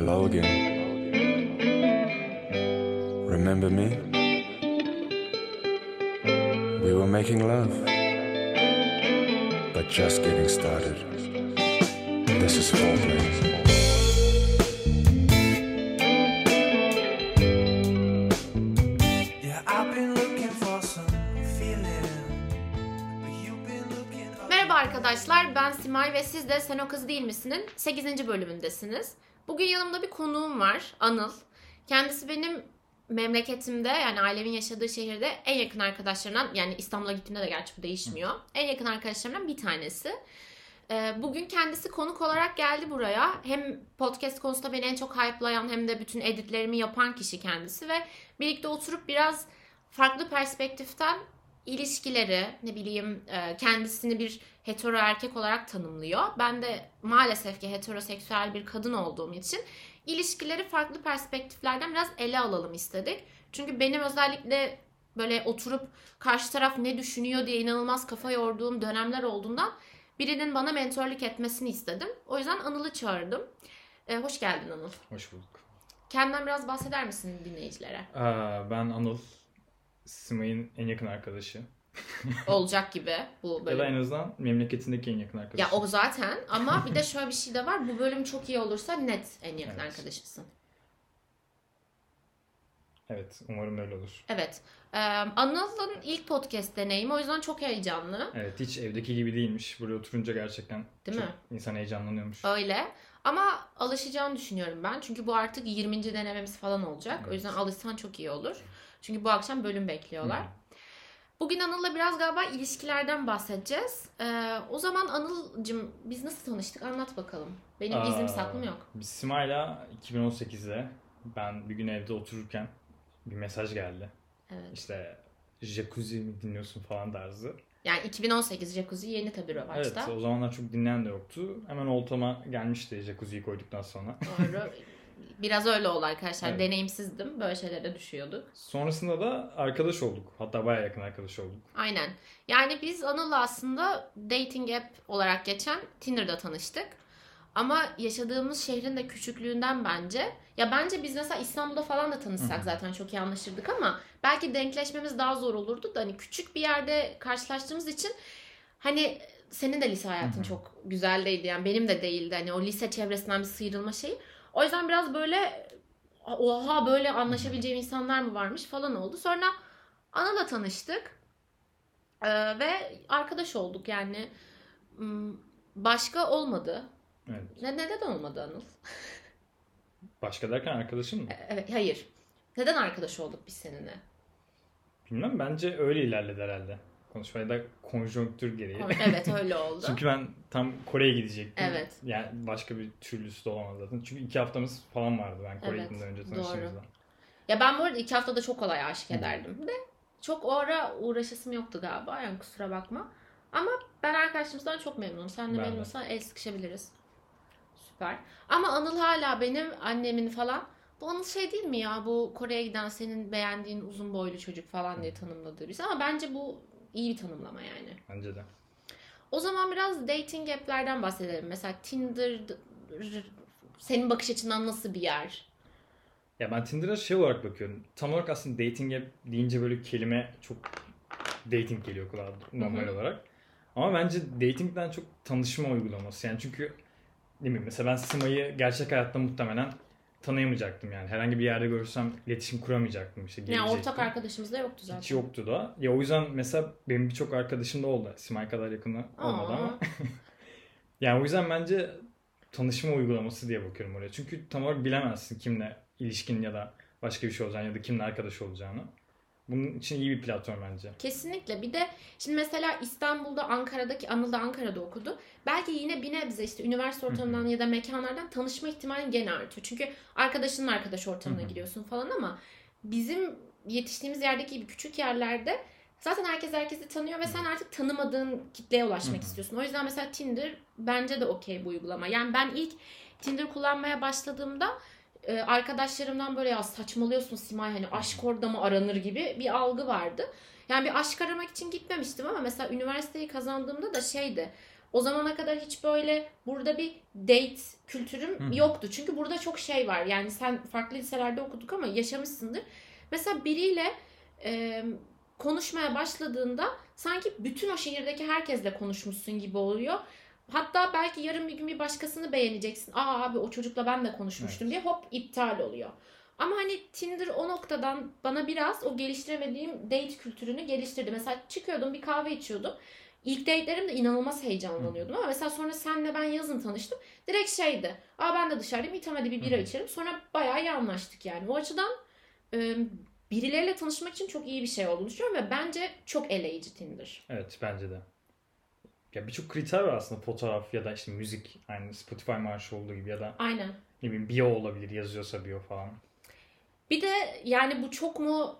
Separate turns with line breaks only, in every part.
Hello again. Remember me? We were making love, but just getting started. This is foreplay.
Merhaba arkadaşlar, ben Simay ve siz de Sen O Kız Değil Misin'in 8. bölümündesiniz. Bugün yanımda bir konuğum var, Anıl. Kendisi benim memleketimde, yani ailemin yaşadığı şehirde en yakın arkadaşlarımdan, yani İstanbul'a gittiğimde de gerçi bu değişmiyor, en yakın arkadaşlarımdan bir tanesi. Bugün kendisi konuk olarak geldi buraya. Hem podcast konusunda beni en çok hype'layan hem de bütün editlerimi yapan kişi kendisi ve birlikte oturup biraz farklı perspektiften ilişkileri, kendisini bir hetero erkek olarak tanımlıyor. Ben de maalesef ki heteroseksüel bir kadın olduğum için ilişkileri farklı perspektiflerden biraz ele alalım istedik. Çünkü benim özellikle böyle oturup karşı taraf ne düşünüyor diye inanılmaz kafa yorduğum dönemler olduğundan birinin bana mentörlük etmesini istedim. O yüzden Anıl'ı çağırdım. Hoş geldin Anıl.
Hoş bulduk.
Kendinden biraz bahseder misin dinleyicilere?
Ben Anıl. Simay'ın en yakın arkadaşı.
Olacak gibi bu bölüm.
Ya da en azından memleketindeki en yakın arkadaşı.
Ya o zaten ama bir de şöyle bir şey de var. Bu bölüm çok iyi olursa net en yakın arkadaşısın.
Evet, umarım öyle olur.
Evet. Anıl'ın ilk podcast deneyimi, o yüzden çok heyecanlı.
Evet, hiç evdeki gibi değilmiş. Buraya oturunca gerçekten
Değil
çok
mi?
insan heyecanlanıyormuş.
Öyle. Ama alışacağını düşünüyorum ben. Çünkü bu artık 20. denememiz falan olacak. Evet. O yüzden alışsan çok iyi olur. Çünkü bu akşam bölüm bekliyorlar. Bugün Anıl'la biraz galiba ilişkilerden bahsedeceğiz. O zaman Anıl'cığım biz nasıl tanıştık? Anlat bakalım. Benim iznim saklım yok.
Biz Simay'la 2018'de ben bir gün evde otururken bir mesaj geldi.
Evet.
İşte Jacuzzi mi dinliyorsun falan tarzı.
Yani 2018 Jacuzzi yeni tabii Rovaç'ta.
Evet, o zamanlar çok dinleyen de yoktu. Hemen oltama gelmişti Jacuzzi'yi koyduktan sonra.
Doğru. Biraz öyle oldu arkadaşlar.
Evet.
Deneyimsizdim. Böyle şeylere düşüyorduk.
Sonrasında da arkadaş olduk. Hatta bayağı yakın arkadaş olduk.
Aynen. Yani biz Anıl'la aslında dating app olarak geçen Tinder'da tanıştık. Ama yaşadığımız şehrin de küçüklüğünden bence. Ya bence biz mesela İstanbul'da falan da tanışsak zaten çok iyi anlaşırdık ama belki denkleşmemiz daha zor olurdu da hani küçük bir yerde karşılaştığımız için hani senin de lise hayatın çok güzel değildi. Yani benim de değildi. Hani o lise çevresinden bir sıyrılma şeyi. O yüzden biraz böyle oha böyle anlaşabileceğim insanlar mı varmış falan oldu. Sonra Anıl'la tanıştık. Ve arkadaş olduk yani. Başka olmadı.
Evet.
Neden olmadı Anıl?
Başka derken arkadaşın mı?
Evet, hayır. Neden arkadaş olduk biz seninle?
Bilmem, bence öyle ilerledi herhalde. Konuşmaya da konjonktür gereği.
Evet, öyle oldu.
Çünkü ben tam Kore'ye gidecektim.
Evet.
Yani başka bir türlüsü de olamaz zaten. Çünkü 2 haftamız falan vardı ben Kore'ye gitmeden önce tanıştığımızda.
Doğru. Ya ben bu arada 2 haftada çok kolay aşık ederdim de çok o ara uğraşasım yoktu galiba, yani kusura bakma. Ama ben arkadaşımızdan çok memnunum. Sen de memnunsan el sıkışabiliriz. Süper. Ama Anıl hala benim annemin falan. Bu Anıl şey değil mi ya, bu Kore'ye giden senin beğendiğin uzun boylu çocuk falan diye tanımladığı birisi. Ama bence bu iyi bir tanımlama yani.
Bence de.
O zaman biraz dating app'lerden bahsedelim. Mesela Tinder senin bakış açından nasıl bir yer?
Ya ben Tinder'a şey olarak bakıyorum. Tam olarak aslında dating app deyince böyle kelime çok dating geliyor kulağa normal olarak. Ama bence datingden çok tanışma uygulaması. Yani çünkü değil mi? Mesela ben Simay'ı gerçek hayatta muhtemelen tanıyamayacaktım yani. Herhangi bir yerde görürsem iletişim kuramayacaktım. İşte
Yani ortak arkadaşımız da yoktu zaten.
Hiç yoktu da. Ya o yüzden mesela benim birçok arkadaşım da oldu. Simay kadar yakını olmadı ama. Yani o yüzden bence tanışma uygulaması diye bakıyorum oraya. Çünkü tam olarak bilemezsin kimle ilişkin ya da başka bir şey olacağını ya da kimle arkadaş olacağını. Bunun için iyi bir platform bence.
Kesinlikle. Bir de şimdi mesela İstanbul'da, Ankara'daki, Anıl da Ankara'da okudu. Belki yine bir nebze işte üniversite ortamından ya da mekanlardan tanışma ihtimalin gene artıyor. Çünkü arkadaşının arkadaş ortamına giriyorsun falan ama bizim yetiştiğimiz yerdeki gibi küçük yerlerde zaten herkes herkesi tanıyor ve sen artık tanımadığın kitleye ulaşmak istiyorsun. O yüzden mesela Tinder bence de okey bu uygulama. Yani ben ilk Tinder kullanmaya başladığımda arkadaşlarımdan böyle ya saçmalıyorsun Simay, hani aşk orada mı aranır gibi bir algı vardı. Yani bir aşk aramak için gitmemiştim ama mesela üniversiteyi kazandığımda da şeydi. o zamana kadar hiç böyle burada bir date kültürüm yoktu. Çünkü burada çok şey var. Yani sen farklı liselerde okuduk ama yaşamışsındır. Mesela biriyle konuşmaya başladığında sanki bütün o şehirdeki herkesle konuşmuşsun gibi oluyor. Hatta belki yarın bir gün bir başkasını beğeneceksin. Aa abi o çocukla ben de konuşmuştum diye hop iptal oluyor. Ama hani Tinder o noktadan bana biraz o geliştiremediğim date kültürünü geliştirdi. Mesela çıkıyordum, bir kahve içiyordum. İlk date'lerimde inanılmaz heyecanlanıyordum ama mesela sonra senle ben yazın tanıştım. Direkt şeydi. Aa ben de dışarıdayım. İyi tamam hadi bir bira içelim. Sonra bayağı iyi anlaştık yani. O açıdan birileriyle tanışmak için çok iyi bir şey olduğunu düşünüyorum ve bence çok eleyici Tinder.
Evet bence de. Ya birçok kriter var aslında, fotoğraf ya da işte müzik, aynı Spotify marşı olduğu gibi ya da
Aynen.
ne bileyim bio olabilir, yazıyorsa bio falan.
Bir de yani bu çok mu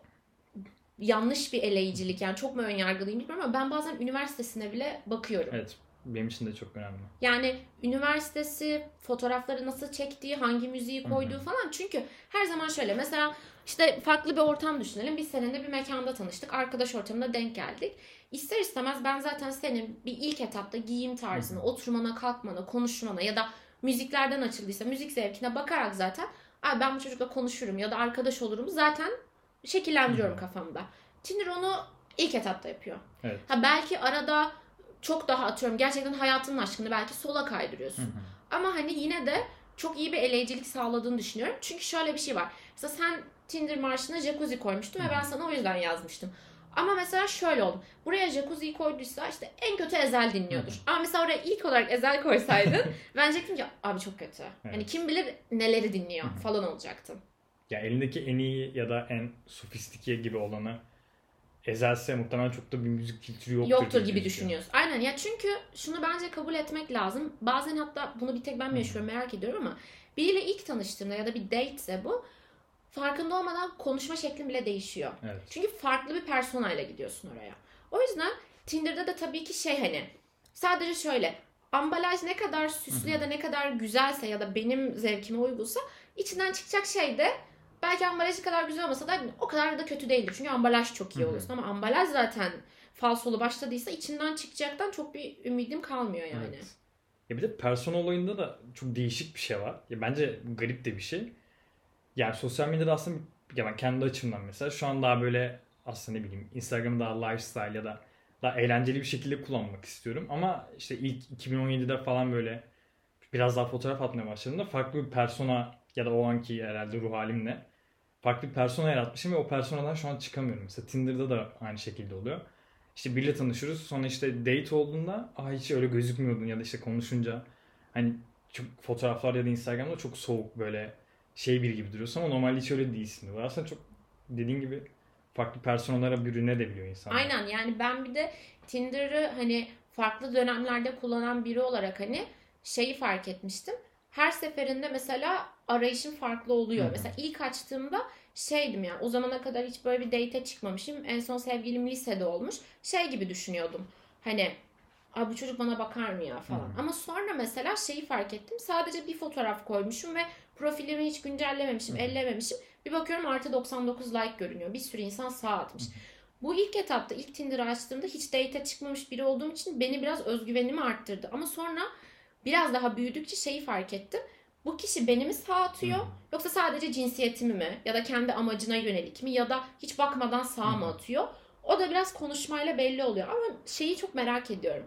yanlış bir eleyicilik, yani çok mu önyargılıyım bilmiyorum ama ben bazen üniversitesine bile bakıyorum.
Evet, benim için de çok önemli.
Yani üniversitesi, fotoğrafları nasıl çektiği, hangi müziği koyduğu falan. Çünkü her zaman şöyle, mesela işte farklı bir ortam düşünelim. Biz seninle bir mekanda tanıştık. Arkadaş ortamında denk geldik. İster istemez ben zaten senin bir ilk etapta giyim tarzına, oturmana, kalkmana, konuşmana ya da müziklerden açıldıysa müzik zevkine bakarak zaten ay ben bu çocukla konuşurum ya da arkadaş olurum zaten şekillendiriyorum kafamda. Tinder onu ilk etapta yapıyor.
Evet.
Ha belki arada çok daha atıyorum gerçekten hayatının aşkını belki sola kaydırıyorsun. Ama hani yine de çok iyi bir eleyicilik sağladığını düşünüyorum. Çünkü şöyle bir şey var. Mesela sen Tinder marşına jacuzzi koymuştun ve ben sana o yüzden yazmıştım. Ama mesela şöyle oldu. Buraya jacuzzi'yi koyduysa işte en kötü Ezel dinliyordur. Ama mesela oraya ilk olarak Ezel koysaydın ben diyecektim ki abi çok kötü. Evet. Hani kim bilir neleri dinliyor falan olacaktım.
Ya elindeki en iyi ya da en sofistike gibi olanı Ezel'se muhtemelen çok da bir müzik kültürü
yoktur gibi düşünüyorsun. Aynen ya, çünkü şunu bence kabul etmek lazım. Bazen hatta bunu bir tek ben mi yaşıyorum merak ediyorum ama biriyle ilk tanıştığımda ya da bir datese bu, farkında olmadan konuşma şeklin bile değişiyor.
Evet.
Çünkü farklı bir personayla gidiyorsun oraya. O yüzden Tinder'da da tabii ki şey hani sadece şöyle ambalaj ne kadar süslü ya da ne kadar güzelse ya da benim zevkime uygunsa içinden çıkacak şey de belki ambalajı kadar güzel olmasa da o kadar da kötü değildir. Çünkü ambalaj çok iyi oluyorsun ama ambalaj zaten falsolu başladıysa içinden çıkacaktan çok bir ümidim kalmıyor yani. Evet.
Ya bir de persona olayında da çok değişik bir şey var. Ya bence garip de bir şey. Yani sosyal medyada aslında ya ben kendi açımdan mesela şu an daha böyle aslında ne bileyim Instagram'ı daha lifestyle ya da daha eğlenceli bir şekilde kullanmak istiyorum. Ama işte ilk 2017'de falan böyle biraz daha fotoğraf atmaya başladığımda farklı bir persona ya da o anki herhalde ruh halimle farklı bir persona yaratmışım ve o personadan şu an çıkamıyorum. Mesela Tinder'da da aynı şekilde oluyor. İşte biriyle tanışıyoruz, sonra işte date olduğunda hiç öyle gözükmüyordun ya da işte konuşunca hani çok fotoğraflar ya da Instagram'da çok soğuk böyle şey biri gibi duruyorsun ama normalde hiç öyle değilsin. Bu aslında çok dediğin gibi farklı personalara bürünebiliyor insanlar.
Aynen, yani ben bir de Tinder'ı hani farklı dönemlerde kullanan biri olarak hani şeyi fark etmiştim. Her seferinde mesela arayışım farklı oluyor. Mesela ilk açtığımda şeydim yani o zamana kadar hiç böyle bir date'e çıkmamışım. En son sevgilim lisede olmuş. Şey gibi düşünüyordum. Hani bu çocuk bana bakar mı ya falan. Ama sonra mesela şeyi fark ettim. Sadece bir fotoğraf koymuşum ve profilimi hiç güncellememişim, ellememişim. Bir bakıyorum artı 99 like görünüyor. Bir sürü insan sağ atmış. Bu ilk etapta, ilk Tinder'ı açtığımda hiç date'e çıkmamış biri olduğum için beni biraz özgüvenimi arttırdı. Ama sonra biraz daha büyüdükçe şeyi fark ettim. Bu kişi beni mi sağ atıyor yoksa sadece cinsiyetimi mi ya da kendi amacına yönelik mi ya da hiç bakmadan sağ mı atıyor? O da biraz konuşmayla belli oluyor. Ama şeyi çok merak ediyorum.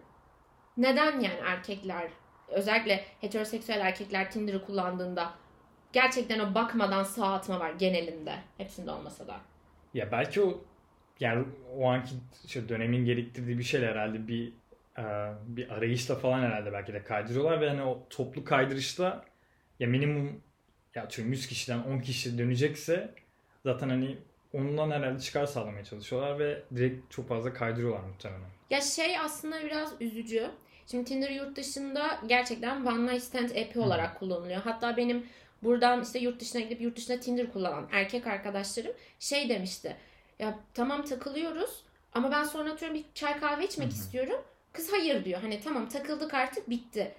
Neden yani erkekler, özellikle heteroseksüel erkekler Tinder'ı kullandığında gerçekten o bakmadan sağ atma var genelinde. Hepsinde olmasa da.
Ya belki o yani o anki dönemin gerektirdiği bir şeyler herhalde bir arayışla falan herhalde belki de kaydırıyorlar ve hani o toplu kaydırışta ya minimum ya 100 kişiden 10 kişi dönecekse zaten hani ondan herhalde çıkar sağlamaya çalışıyorlar ve direkt çok fazla kaydırıyorlar muhtemelen.
Ya şey aslında biraz üzücü. Şimdi Tinder yurt dışında gerçekten one night stand app'i olarak kullanılıyor. Hatta benim buradan işte yurt dışına gidip yurt dışında Tinder kullanan erkek arkadaşlarım şey demişti. Ya tamam takılıyoruz ama ben sonra atıyorum bir çay kahve içmek istiyorum. Kız hayır diyor. Hani tamam takıldık artık bitti.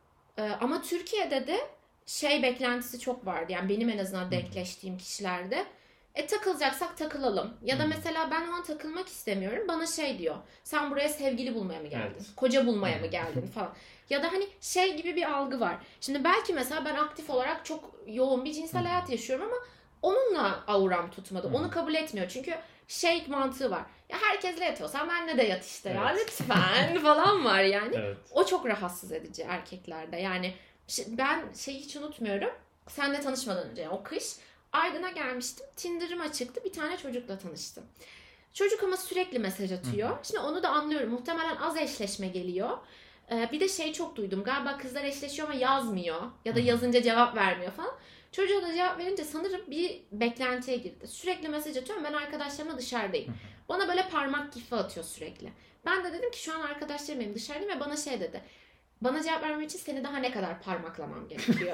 Ama Türkiye'de de şey beklentisi çok vardı. Yani benim en azından denkleştiğim kişilerde. Takılacaksak takılalım. Ya da mesela ben o an takılmak istemiyorum. Bana şey diyor. Sen buraya sevgili bulmaya mı geldin?
Evet.
Koca bulmaya mı geldin falan. Ya da hani şey gibi bir algı var. Şimdi belki mesela ben aktif olarak çok yoğun bir cinsel hayat yaşıyorum ama onunla auram tutmadı. Onu kabul etmiyor. Çünkü şey mantığı var. Ya herkesle yatıyorsan benle de yat işte ya lütfen falan var yani.
Evet.
O çok rahatsız edici erkeklerde. Yani ben şeyi hiç unutmuyorum. Seninle tanışmadan önce yani o kış Aydın'a gelmiştim. Tinder'ım açıktı. Bir tane çocukla tanıştım. Çocuk ama sürekli mesaj atıyor. Şimdi onu da anlıyorum. Muhtemelen az eşleşme geliyor. Bir de şey çok duydum. Galiba kızlar eşleşiyor ama yazmıyor. Ya da yazınca cevap vermiyor falan. Çocuğa da cevap verince sanırım bir beklentiye girdi. Sürekli mesaj atıyorum. Ben arkadaşlarımla dışarıdayım. Bana böyle parmak gifi atıyor sürekli. Ben de dedim ki şu an arkadaşlarım benim dışarıdayım ve bana şey dedi. Bana cevap vermem için seni daha ne kadar parmaklamam gerekiyor?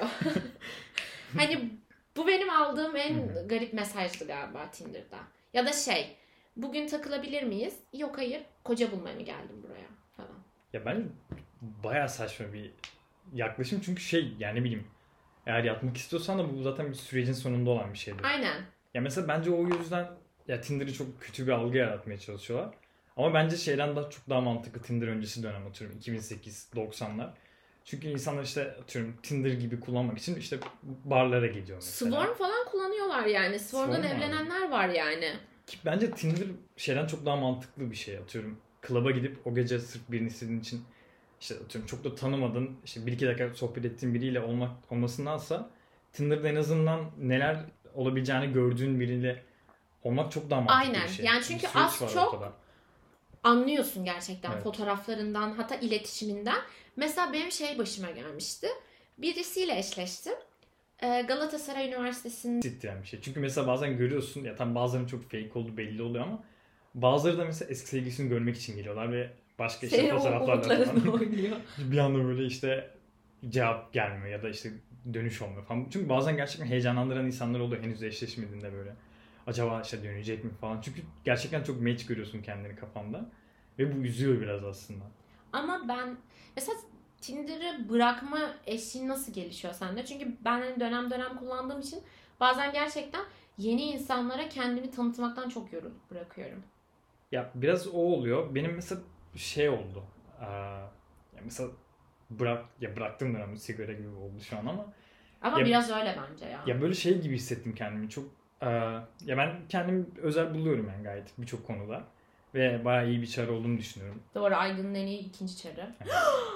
Hani bu benim aldığım en garip mesajdı galiba Tinder'da. Ya da şey, bugün takılabilir miyiz? Yok hayır, koca bulmaya mı geldim buraya falan.
Ya bence bayağı saçma bir yaklaşım çünkü şey yani ne bileyim eğer yatmak istiyorsan da bu zaten bir sürecin sonunda olan bir şeydir.
Aynen.
Ya mesela bence o yüzden ya Tinder'ı çok kötü bir algı yaratmaya çalışıyorlar. Ama bence şeyden çok daha mantıklı Tinder öncesi dönem atıyorum 2008-90'lar. Çünkü insanlar işte atıyorum Tinder gibi kullanmak için işte barlara gidiyor mesela.
Swarm falan kullanıyorlar yani. Swarm'dan
Swarm
evlenenler var yani.
Ki bence Tinder şeyden çok daha mantıklı bir şey atıyorum. Club'a gidip o gece sırf birini istediğin için işte atıyorum çok da tanımadın işte 1-2 dakika sohbet ettiğin biriyle olmasındansa Tinder'da en azından neler olabileceğini gördüğün biriyle olmak çok daha mantıklı
Aynen.
bir şey.
Yani çünkü
Bir süreç
az
var
çok
ortada.
anlıyorsun gerçekten
Evet.
fotoğraflarından hatta iletişiminden. Mesela benim şey başıma gelmişti. Birisiyle eşleştim. Galatasaray Üniversitesi'nde
Hissettiren bir şey. Çünkü mesela bazen görüyorsun ya tam bazılarının çok fake olduğu belli oluyor ama bazıları da mesela eski sevgilisini görmek için geliyorlar ve başka işte
senin
fotoğraflarla
umutlarınla
falan
oynuyor.
bir anda böyle işte cevap gelmiyor ya da işte dönüş olmuyor falan. Çünkü bazen gerçekten heyecanlandıran insanlar oluyor henüz eşleşmediğinde böyle. Acaba işte dönecek mi falan. Çünkü gerçekten çok match görüyorsun kendini kafanda. Ve bu üzüyor biraz aslında.
Ama ben mesela Tinder'ı bırakma eşiği nasıl gelişiyor sende? Çünkü ben hani dönem dönem kullandığım için bazen gerçekten yeni insanlara kendimi tanıtmaktan çok yorulup bırakıyorum.
Ya biraz o oluyor. Benim mesela şey oldu. Ya mesela bıraktım dönemde sigara gibi oldu şu an ama.
Ama
Ya-
biraz öyle bence ya.
Ya böyle şey gibi hissettim kendimi. Çok ya ben kendimi özel buluyorum yani gayet birçok konuda. Ve bayağı iyi bir çare olduğunu düşünüyorum.
Doğru, Aydın'ın en iyi ikinci çarı.
Evet.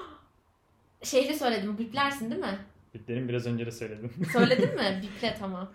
Şehri söyledim. Biplersin değil mi?
Bitlerim biraz önce de söyledim.
Söyledin mi? Biple tamam.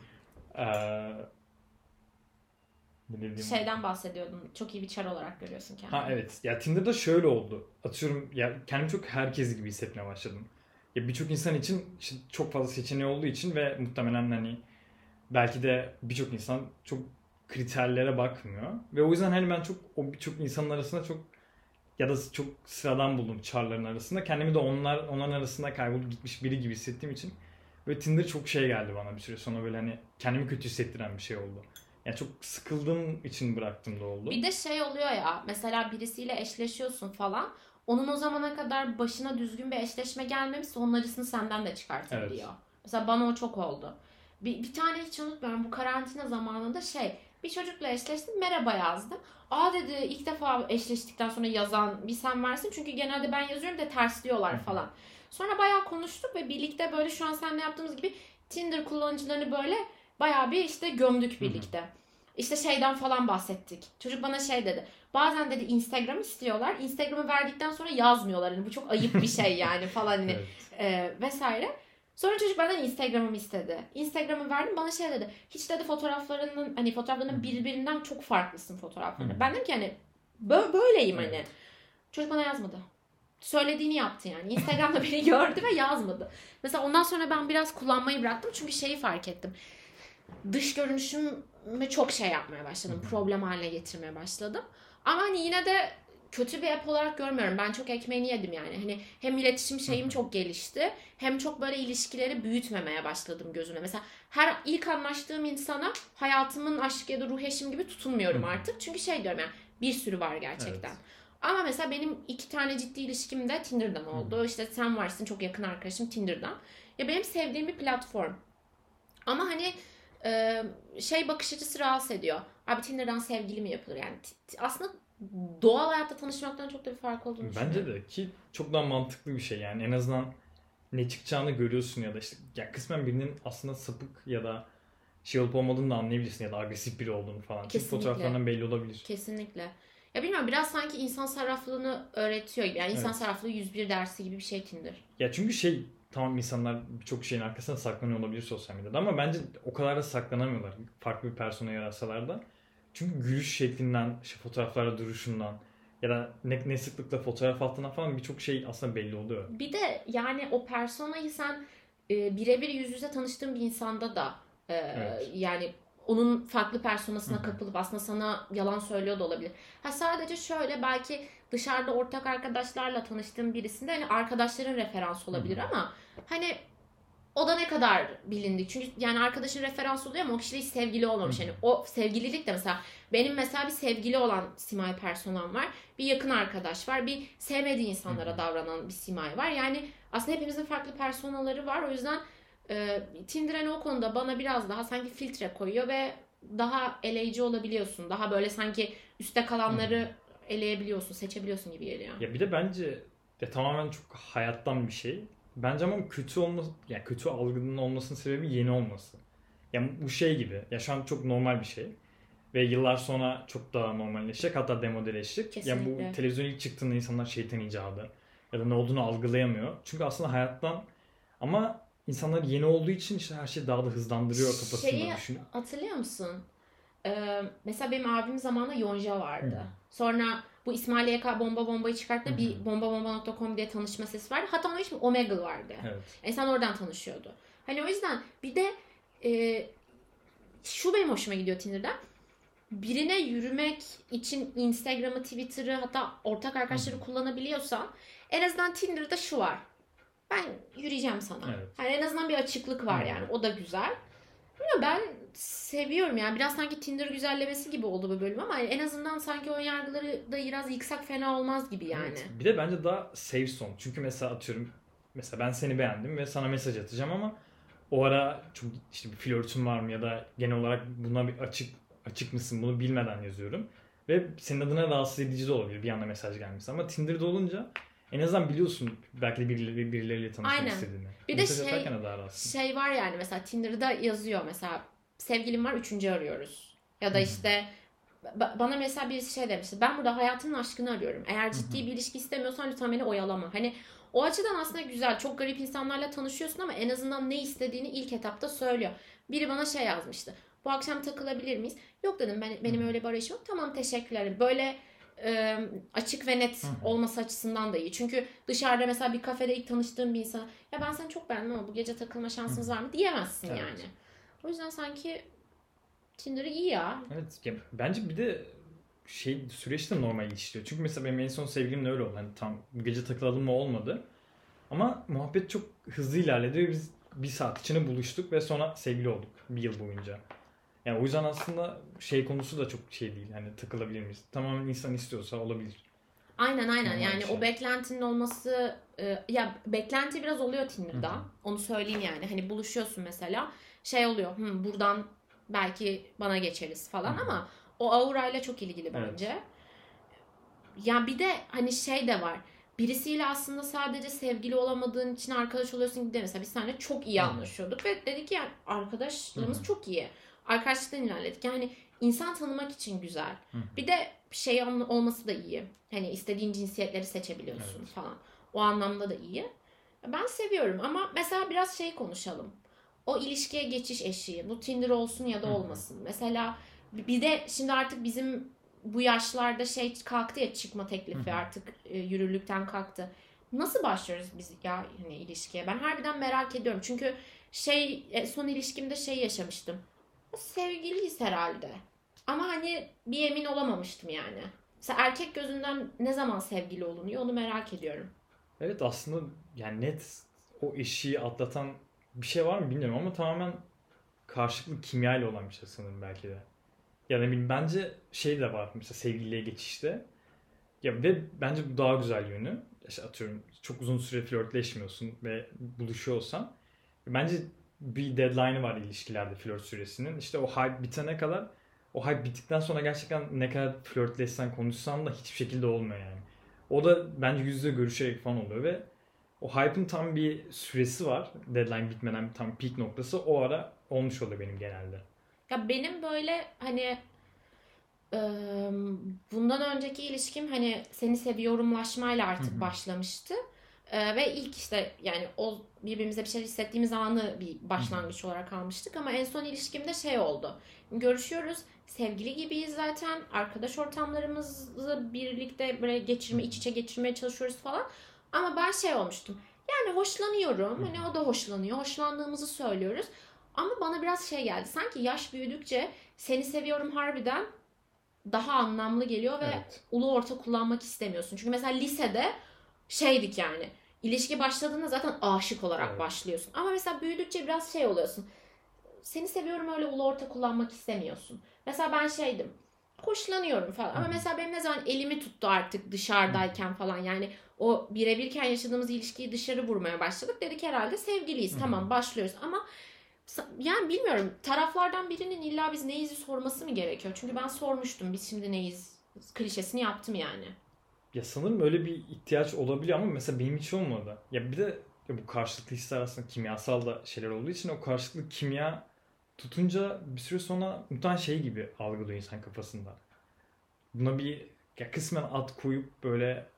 Şeyden bahsediyordum. Çok iyi bir çar olarak görüyorsun kendini.
Ha evet. Ya Tinder'da şöyle oldu. Atıyorum ya kendimi çok herkes gibi hissetmeye başladım. Ya birçok insan için işte çok fazla seçeneği olduğu için ve muhtemelen hani belki de birçok insan çok kriterlere bakmıyor. Ve o yüzden hani ben çok o birçok insanın arasında çok ya da çok sıradan buldum çarların arasında. Kendimi de onların arasında kaybolup gitmiş biri gibi hissettiğim için böyle Tinder çok şey geldi bana bir süre sonra böyle hani kendimi kötü hissettiren bir şey oldu. Yani çok sıkıldığım için bıraktım da oldu.
Bir de şey oluyor ya, mesela birisiyle eşleşiyorsun falan. Onun o zamana kadar başına düzgün bir eşleşme gelmemişse onun acısını senden de çıkartabiliyor.
Evet.
Mesela bana o çok oldu. Bir tane hiç unutmuyorum, bu karantina zamanında bir çocukla eşleştim, merhaba yazdım. Aa dedi, ilk defa eşleştikten sonra yazan bir sen varsın çünkü genelde ben yazıyorum da tersliyorlar falan. Sonra bayağı konuştuk ve birlikte böyle şu an seninle yaptığımız gibi Tinder kullanıcılarını böyle bayağı bir işte gömdük birlikte. İşte şeyden falan bahsettik. Çocuk bana şey dedi. Bazen dedi Instagram istiyorlar. Instagram'ı verdikten sonra yazmıyorlar. Yani bu çok ayıp bir şey yani falan hani vesaire. Sonra çocuk benden Instagram'ımı istedi. Instagram'ı verdim, bana şey dedi. Hiç dedi fotoğraflarının birbirinden çok farklısın fotoğraflarına. Ben dedim ki hani böyleyim hani. Çocuk bana yazmadı. Söylediğini yaptı yani. Instagram'da beni gördü ve yazmadı. Mesela ondan sonra ben biraz kullanmayı bıraktım. Çünkü şeyi fark ettim. Dış görünüşümü çok şey yapmaya başladım. Problem haline getirmeye başladım. Ama hani yine de kötü bir app olarak görmüyorum. Ben çok ekmeğini yedim yani. Hani hem iletişim şeyim çok gelişti. Hem çok böyle ilişkileri büyütmemeye başladım gözüme. Mesela her ilk anlaştığım insana hayatımın aşk ya da ruh eşim gibi tutunmuyorum artık. Çünkü şey diyorum yani, bir sürü var gerçekten. Evet. Ama mesela benim 2 tane ciddi ilişkim de Tinder'dan oldu. İşte sen varsın, çok yakın arkadaşım Tinder'dan. Ya benim sevdiğim bir platform. Ama hani şey bakış açısı rahatsız ediyor. Abi Tinder'dan sevgili mi yapılır? Yani aslında doğal hayatta tanışmaktan çok da bir fark olduğunu düşünüyorum.
Bence de ki çok daha mantıklı bir şey yani en azından ne çıkacağını görüyorsun ya da işte ya kısmen birinin aslında sapık ya da şey olup olmadığını da anlayabilirsin ya da agresif biri olduğunu falan. Çünkü
Kesinlikle.
fotoğraflarından belli olabilir.
Kesinlikle. Ya bilmiyorum biraz sanki insan sarraflığını öğretiyor gibi. Yani insan
Evet.
sarraflığı 101 dersi gibi bir şey Tinder.
Ya çünkü şey tamam insanlar birçok şeyin arkasına saklanıyor olabilir sosyal medyada ama bence o kadar da saklanamıyorlar. Farklı bir persona yaratsalar da. Çünkü gülüş şeklinden, işte fotoğraflarda duruşundan ya da ne sıklıkla fotoğraf attığından falan birçok şey aslında belli oluyor.
Bir de yani o personayı sen birebir yüz yüze tanıştığın bir insanda da
Evet.
yani onun farklı personasına
Hı hı.
kapılıp aslında sana yalan söylüyor da olabilir. Ha sadece şöyle belki dışarıda ortak arkadaşlarla tanıştığın birisinde hani arkadaşların referans olabilir
Hı hı.
ama hani o da ne kadar bilindik. Çünkü yani arkadaşın referans oluyor ama o kişiyle hiç sevgili olmamış.
Hı hı.
Yani o sevgililik de mesela benim mesela bir sevgili olan Simay personam var. Bir yakın arkadaş var. Bir sevmediği insanlara
Hı hı.
davranan bir Simay var. Yani aslında hepimizin farklı personaları var. O yüzden Tinder hani o konuda bana biraz daha sanki filtre koyuyor ve daha eleyici olabiliyorsun. Daha böyle sanki üstte kalanları eleyebiliyorsun, seçebiliyorsun gibi geliyor.
Ya bir de bence tamamen çok hayattan bir şey. Bence ama kötü olması, yani kötü algının olmasının sebebi yeni olması. Yani bu şey gibi. Ya şu an çok normal bir şey. Ve yıllar sonra çok daha normalleşecek. Hatta demodeleşecek.
Kesinlikle.
Ya bu televizyon ilk çıktığında insanlar şeytan icadı. Ya da ne olduğunu algılayamıyor. Çünkü aslında hayattan ama insanlar yeni olduğu için işte her şey daha da hızlandırıyor kafasında
Şeyi
düşünüp.
hatırlıyor musun? Mesela benim abim zamanında Yonca vardı.
Hı.
Sonra bu İsmail YK bombayı çıkarttı.
Hı hı.
Bir bombabomba.com diye tanışma sitesi vardı. Hatta onun için Omegle vardı.
Evet.
İnsan oradan tanışıyordu. Hani o yüzden bir de şu benim hoşuma gidiyor Tinder'da. Birine yürümek için Instagram'ı, Twitter'ı hatta ortak arkadaşları kullanabiliyorsan en azından Tinder'da şu var. Ben yürüyeceğim sana.
Evet.
Hani en azından bir açıklık var
Hı.
yani. O da güzel. Bilmiyorum, ben seviyorum yani. Biraz sanki Tinder güzellemesi gibi oldu bu bölüm ama en azından sanki ön yargıları da biraz yıksak fena olmaz gibi yani.
Evet. Bir de bence daha safe zone. Çünkü mesela atıyorum mesela ben seni beğendim ve sana mesaj atacağım ama o ara çok işte bir flörtün var mı ya da genel olarak buna bir açık mısın bunu bilmeden yazıyorum. Ve senin adına rahatsız edici de olabilir bir anda mesaj gelmişse ama Tinder'da olunca en azından biliyorsun belki de birileriyle tanışmak
Aynen.
istediğini.
Bir de
Mesaj atarken de daha rahatsın.
şey var yani mesela Tinder'da yazıyor mesela sevgilim var 3. arıyoruz. Ya da işte bana mesela birisi şey demişti. Ben burada hayatımın aşkını arıyorum. Eğer ciddi bir ilişki istemiyorsan lütfen beni oyalama. Hani o açıdan aslında güzel. Çok garip insanlarla tanışıyorsun ama en azından ne istediğini ilk etapta söylüyor. Biri bana şey yazmıştı. Bu akşam takılabilir miyiz? Yok dedim benim öyle bir arayışım yok. Tamam teşekkürler. Böyle açık ve net olması açısından da iyi. Çünkü dışarıda mesela bir kafede ilk tanıştığım bir insana ya ben seni çok beğendim ama bu gece takılma şansınız var mı diyemezsin
Evet.
yani. O yüzden sanki Tinder iyi ya.
Evet. Ya bence bir de süreç de normal işliyor. Çünkü mesela benim en son sevgilimle öyle oldu. Hani tam bu gece takılalım mı olmadı. Ama muhabbet çok hızlı ilerledi ve biz bir saat içinde buluştuk ve sonra sevgili olduk bir yıl boyunca. Yani o yüzden aslında şey konusu da çok şey değil. Hani takılabilir miyiz? Tamamen insan istiyorsa olabilir.
Aynen
Normal
yani
bir şey.
o beklentinin olması ya beklenti biraz oluyor Tinder'da.
Hı hı.
Onu söyleyeyim yani. Hani buluşuyorsun mesela şey oluyor. Buradan belki bana geçeriz falan
Hı hı.
ama o aurayla çok ilgili bence. Ya bir de hani şey de var. Birisiyle aslında sadece sevgili olamadığın için arkadaş oluyorsun gibi değil. Mesela biz seninle çok iyi
Hı hı.
anlaşıyorduk ve dedik ki yani arkadaşlığımız
Hı hı.
çok iyi. Arkadaşlıktan ilerledik. Yani insan tanımak için güzel.
Hı hı.
Bir de şey olması da iyi. Hani istediğin cinsiyetleri seçebiliyorsun
Evet.
falan. O anlamda da iyi. Ben seviyorum ama mesela biraz şey konuşalım. O ilişkiye geçiş eşiği. Bu Tinder olsun ya da
Hı hı.
olmasın. Mesela bir de şimdi artık bizim bu yaşlarda şey kalktı ya çıkma teklifi artık yürürlükten kalktı. Nasıl başlıyoruz biz ya hani ilişkiye? Ben harbiden merak ediyorum. Çünkü son ilişkimde şey yaşamıştım. Sevgiliyiz herhalde. Ama hani bir emin olamamıştım yani. Mesela erkek gözünden ne zaman sevgili olunuyor onu merak ediyorum.
Evet aslında yani net o eşiği atlatan bir şey var mı bilmiyorum ama tamamen karşılıklı kimya ile olan bir şey sanırım belki de. Ya ne bileyim bence şey de var mesela sevgiliye geçişte. Ya ve bence bu daha güzel yönü. İşte atıyorum çok uzun süre flörtleşmiyorsun ve buluşuyorsan bence bir deadline'ı var ilişkilerde flört süresinin. İşte o hype bitene kadar, o hype bittikten sonra gerçekten ne kadar flörtleşsen konuşsan da hiçbir şekilde olmuyor yani. O da bence yüzde görüşerek falan oluyor ve o hype'ın tam bir süresi var. Deadline bitmeden tam peak noktası o ara olmuş oluyor benim genelde.
Ya benim böyle hani bundan önceki ilişkim hani seni seviyorumlaşmayla artık başlamıştı. Ve ilk işte yani o birbirimize bir şey hissettiğimiz anı bir başlangıç olarak almıştık. Ama en son ilişkimde şey oldu. Görüşüyoruz. Sevgili gibiyiz zaten. Arkadaş ortamlarımızı birlikte böyle iç içe geçirmeye çalışıyoruz falan. Ama ben şey olmuştum. Yani hoşlanıyorum. Hani o da hoşlanıyor. Hoşlandığımızı söylüyoruz. Ama bana biraz şey geldi. Sanki yaş büyüdükçe seni seviyorum harbiden daha anlamlı geliyor ve ulu orta kullanmak istemiyorsun. Çünkü mesela lisede şeydik yani. İlişki başladığında zaten aşık olarak başlıyorsun. Ama mesela büyüdükçe biraz şey oluyorsun. Seni seviyorum öyle ulu orta kullanmak istemiyorsun. Mesela ben şeydim. Hoşlanıyorum falan. Ama mesela benim ne zaman elimi tuttu artık dışarıdayken falan. Yani o birebirken yaşadığımız ilişkiyi dışarı vurmaya başladık. Dedik herhalde sevgiliyiz. Tamam başlıyoruz. Ama yani bilmiyorum. Taraflardan birinin illa biz neyiz sorması mı gerekiyor? Çünkü ben sormuştum. Biz şimdi neyiz klişesini yaptım yani.
Ya sanırım öyle bir ihtiyaç olabiliyor ama mesela benim hiç olmadı. Ya bir de bu karşılıklı hisler aslında kimyasal da şeyler olduğu için o karşılıklı kimya tutunca bir süre sonra muhtemelen şey gibi algılıyor insan kafasında. Buna bir ya kısmen ad koyup böyle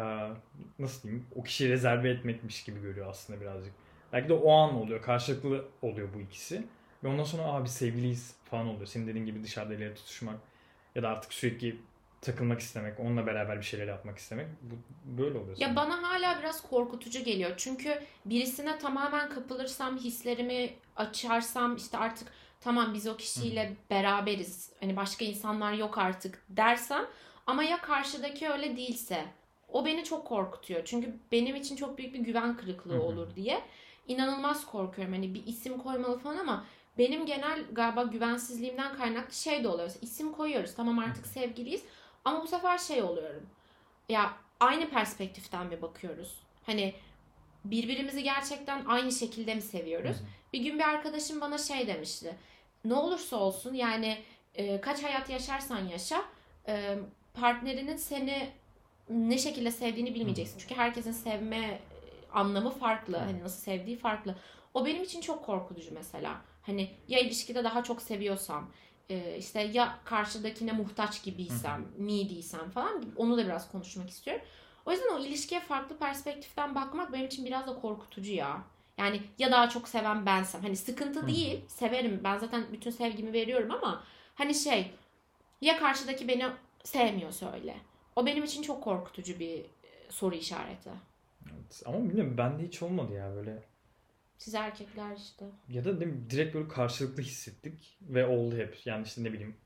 nasıl diyeyim o kişiyi rezerve etmekmiş gibi görüyor aslında birazcık. Belki de o an oluyor. Karşılıklı oluyor bu ikisi. Ve ondan sonra abi sevgiliyiz falan oluyor. Senin dediğin gibi dışarıda el ele tutuşmak ya da artık sürekli takılmak istemek, onunla beraber bir şeyler yapmak istemek bu böyle oluyor.
Ya bana hala biraz korkutucu geliyor. Çünkü birisine tamamen kapılırsam, hislerimi açarsam işte artık tamam biz o kişiyle beraberiz. Hani başka insanlar yok artık dersem ama ya karşıdaki öyle değilse o beni çok korkutuyor. Çünkü benim için çok büyük bir güven kırıklığı olur diye. İnanılmaz korkuyorum. Hani bir isim koymalı falan ama benim genel galiba güvensizliğimden kaynaklı şey de oluyor. İsim koyuyoruz. Tamam artık sevgiliyiz. Ama bu sefer şey oluyorum. Ya aynı perspektiften mi bakıyoruz? Hani birbirimizi gerçekten aynı şekilde mi seviyoruz? Bir gün bir arkadaşım bana şey demişti. Ne olursa olsun yani kaç hayat yaşarsan yaşa partnerinin seni ne şekilde sevdiğini bilmeyeceksin. Çünkü herkesin sevme anlamı farklı. Hani nasıl sevdiği farklı. O benim için çok korkutucu mesela. Hani ya ilişkide daha çok seviyorsam işte ya karşıdakine muhtaç gibiysem, needy'sem falan onu da biraz konuşmak istiyorum. O yüzden o ilişkiye farklı perspektiften bakmak benim için biraz da korkutucu ya. Yani ya daha çok seven bensem. Hani sıkıntı değil. Severim. Ben zaten bütün sevgimi veriyorum ama hani şey ya karşıdaki beni sevmiyorsa öyle. O benim için çok korkutucu bir soru işareti.
Evet. Ama bilmiyorum bende hiç olmadı ya böyle.
Siz erkekler işte.
Ya da direkt böyle karşılıklı hissettik ve oldu hep. Yani işte ne bileyim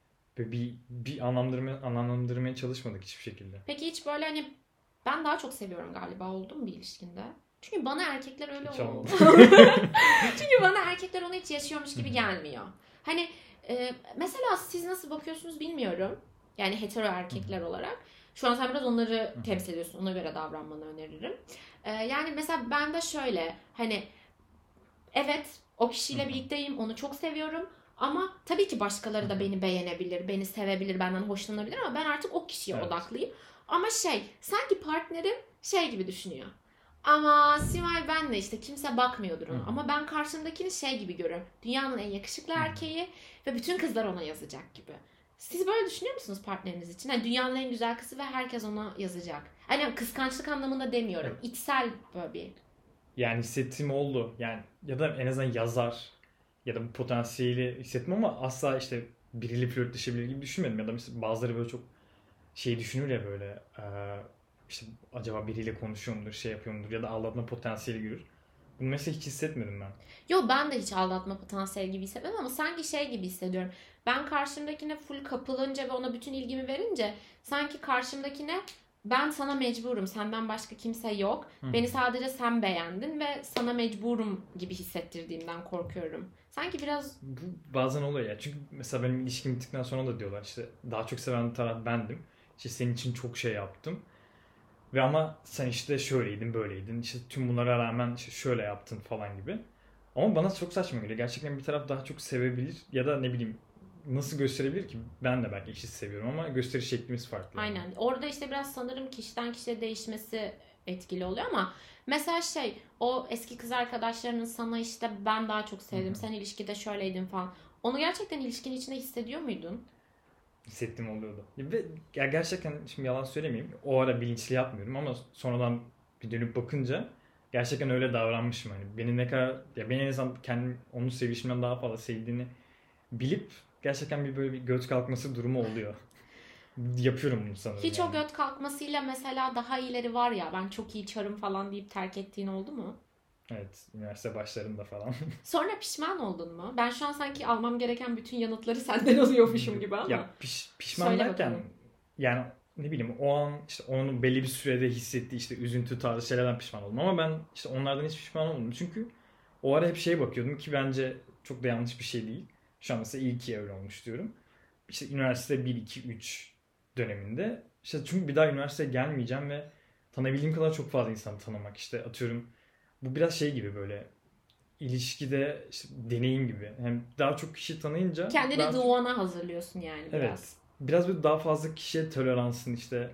bir anlamlandırmaya çalışmadık hiçbir şekilde.
Peki hiç böyle hani ben daha çok seviyorum galiba oldu mu bir ilişkinde? Çünkü bana erkekler öyle oldu. Çünkü bana erkekler onu hiç yaşıyormuş gibi gelmiyor. Hani mesela siz nasıl bakıyorsunuz bilmiyorum. Yani hetero erkekler olarak. Şu an sen biraz onları temsil ediyorsun. Ona göre davranmanı öneririm. Yani mesela ben de şöyle hani evet o kişiyle birlikteyim. Onu çok seviyorum. Ama tabii ki başkaları da beni beğenebilir, beni sevebilir, benden hoşlanabilir ama ben artık o kişiye odaklıyım. Ama sanki partnerim şey gibi düşünüyor. Ama Simay benle işte kimse bakmıyordur ona. Ama ben karşımdakini şey gibi görüyorum. Dünyanın en yakışıklı erkeği ve bütün kızlar ona yazacak gibi. Siz böyle düşünüyor musunuz partneriniz için? Yani dünyanın en güzel kızı ve herkes ona yazacak. Hani kıskançlık anlamında demiyorum.
Evet.
İçsel böyle bir.
Yani hissettiğim oldu. Yani ya da en azından yazar ya da bu potansiyeli hissettim ama asla işte biriyle flörtleşebilir gibi düşünmedim. Ya da mesela bazıları böyle çok şey düşünür ya böyle işte acaba biriyle konuşuyor mudur, şey yapıyor mudur ya da aldatma potansiyeli görür. Bunu mesela hiç hissetmedim ben.
Yo ben de hiç aldatma potansiyeli gibi hissetmedim ama sanki şey gibi hissediyorum. Ben karşımdakine full kapılınca ve ona bütün ilgimi verince sanki karşımdakine ben sana mecburum. Senden başka kimse yok. Beni sadece sen beğendin ve sana mecburum gibi hissettirdiğimden korkuyorum. Sanki biraz...
Bu bazen oluyor ya. Çünkü mesela benim ilişkim bittikten sonra da diyorlar işte daha çok seven taraf bendim. İşte senin için çok şey yaptım. Ve ama sen işte şöyleydin, böyleydin. İşte tüm bunlara rağmen işte şöyle yaptın falan gibi. Ama bana çok saçma geliyor. Gerçekten bir taraf daha çok sevebilir ya da ne bileyim nasıl gösterebilir ki? Ben de belki eşit seviyorum ama gösteriş şeklimiz farklı.
Aynen. Yani. Orada işte biraz sanırım kişiden kişiye değişmesi etkili oluyor ama mesela o eski kız arkadaşlarının sana işte ben daha çok sevdim, sen ilişkide şöyleydin falan. Onu gerçekten ilişkinin içinde hissediyor muydun?
Hissettiğim oluyordu. Ve ya gerçekten şimdi yalan söylemeyeyim. O ara bilinçli yapmıyorum ama sonradan bir dönüp bakınca gerçekten öyle davranmışım. Hani beni ne kadar ya beni en azından kendim onun sevişimden daha fazla sevdiğini bilip gerçekten bir böyle bir göz kalkması durumu oluyor. Yapıyorum bunu sanırım.
Hiç o göt kalkmasıyla mesela daha iyileri var ya ben çok iyi çarım falan deyip terk ettiğin oldu mu?
Evet, üniversite başlarında falan.
Sonra pişman oldun mu? Ben şu an sanki almam gereken bütün yanıtları senden alıyormuşum gibi ama.
Ya pişman derken yani ne bileyim o an işte onun belli bir sürede hissettiği işte üzüntü tarzı şeylerden pişman oldum ama ben işte onlardan hiç pişman olmadım. Çünkü o ara hep bakıyordum ki bence çok da yanlış bir şey değil. Şu an mesela iyi ki öyle olmuş diyorum. İşte üniversite 1, 2, 3 döneminde işte çünkü bir daha üniversiteye gelmeyeceğim ve tanıyabildiğim kadar çok fazla insanı tanımak işte atıyorum bu biraz gibi böyle ilişkide işte deneyim gibi. Hem daha çok kişi tanıyınca
kendini doğana hazırlıyorsun yani biraz.
Evet. Biraz böyle daha fazla kişiye toleransın işte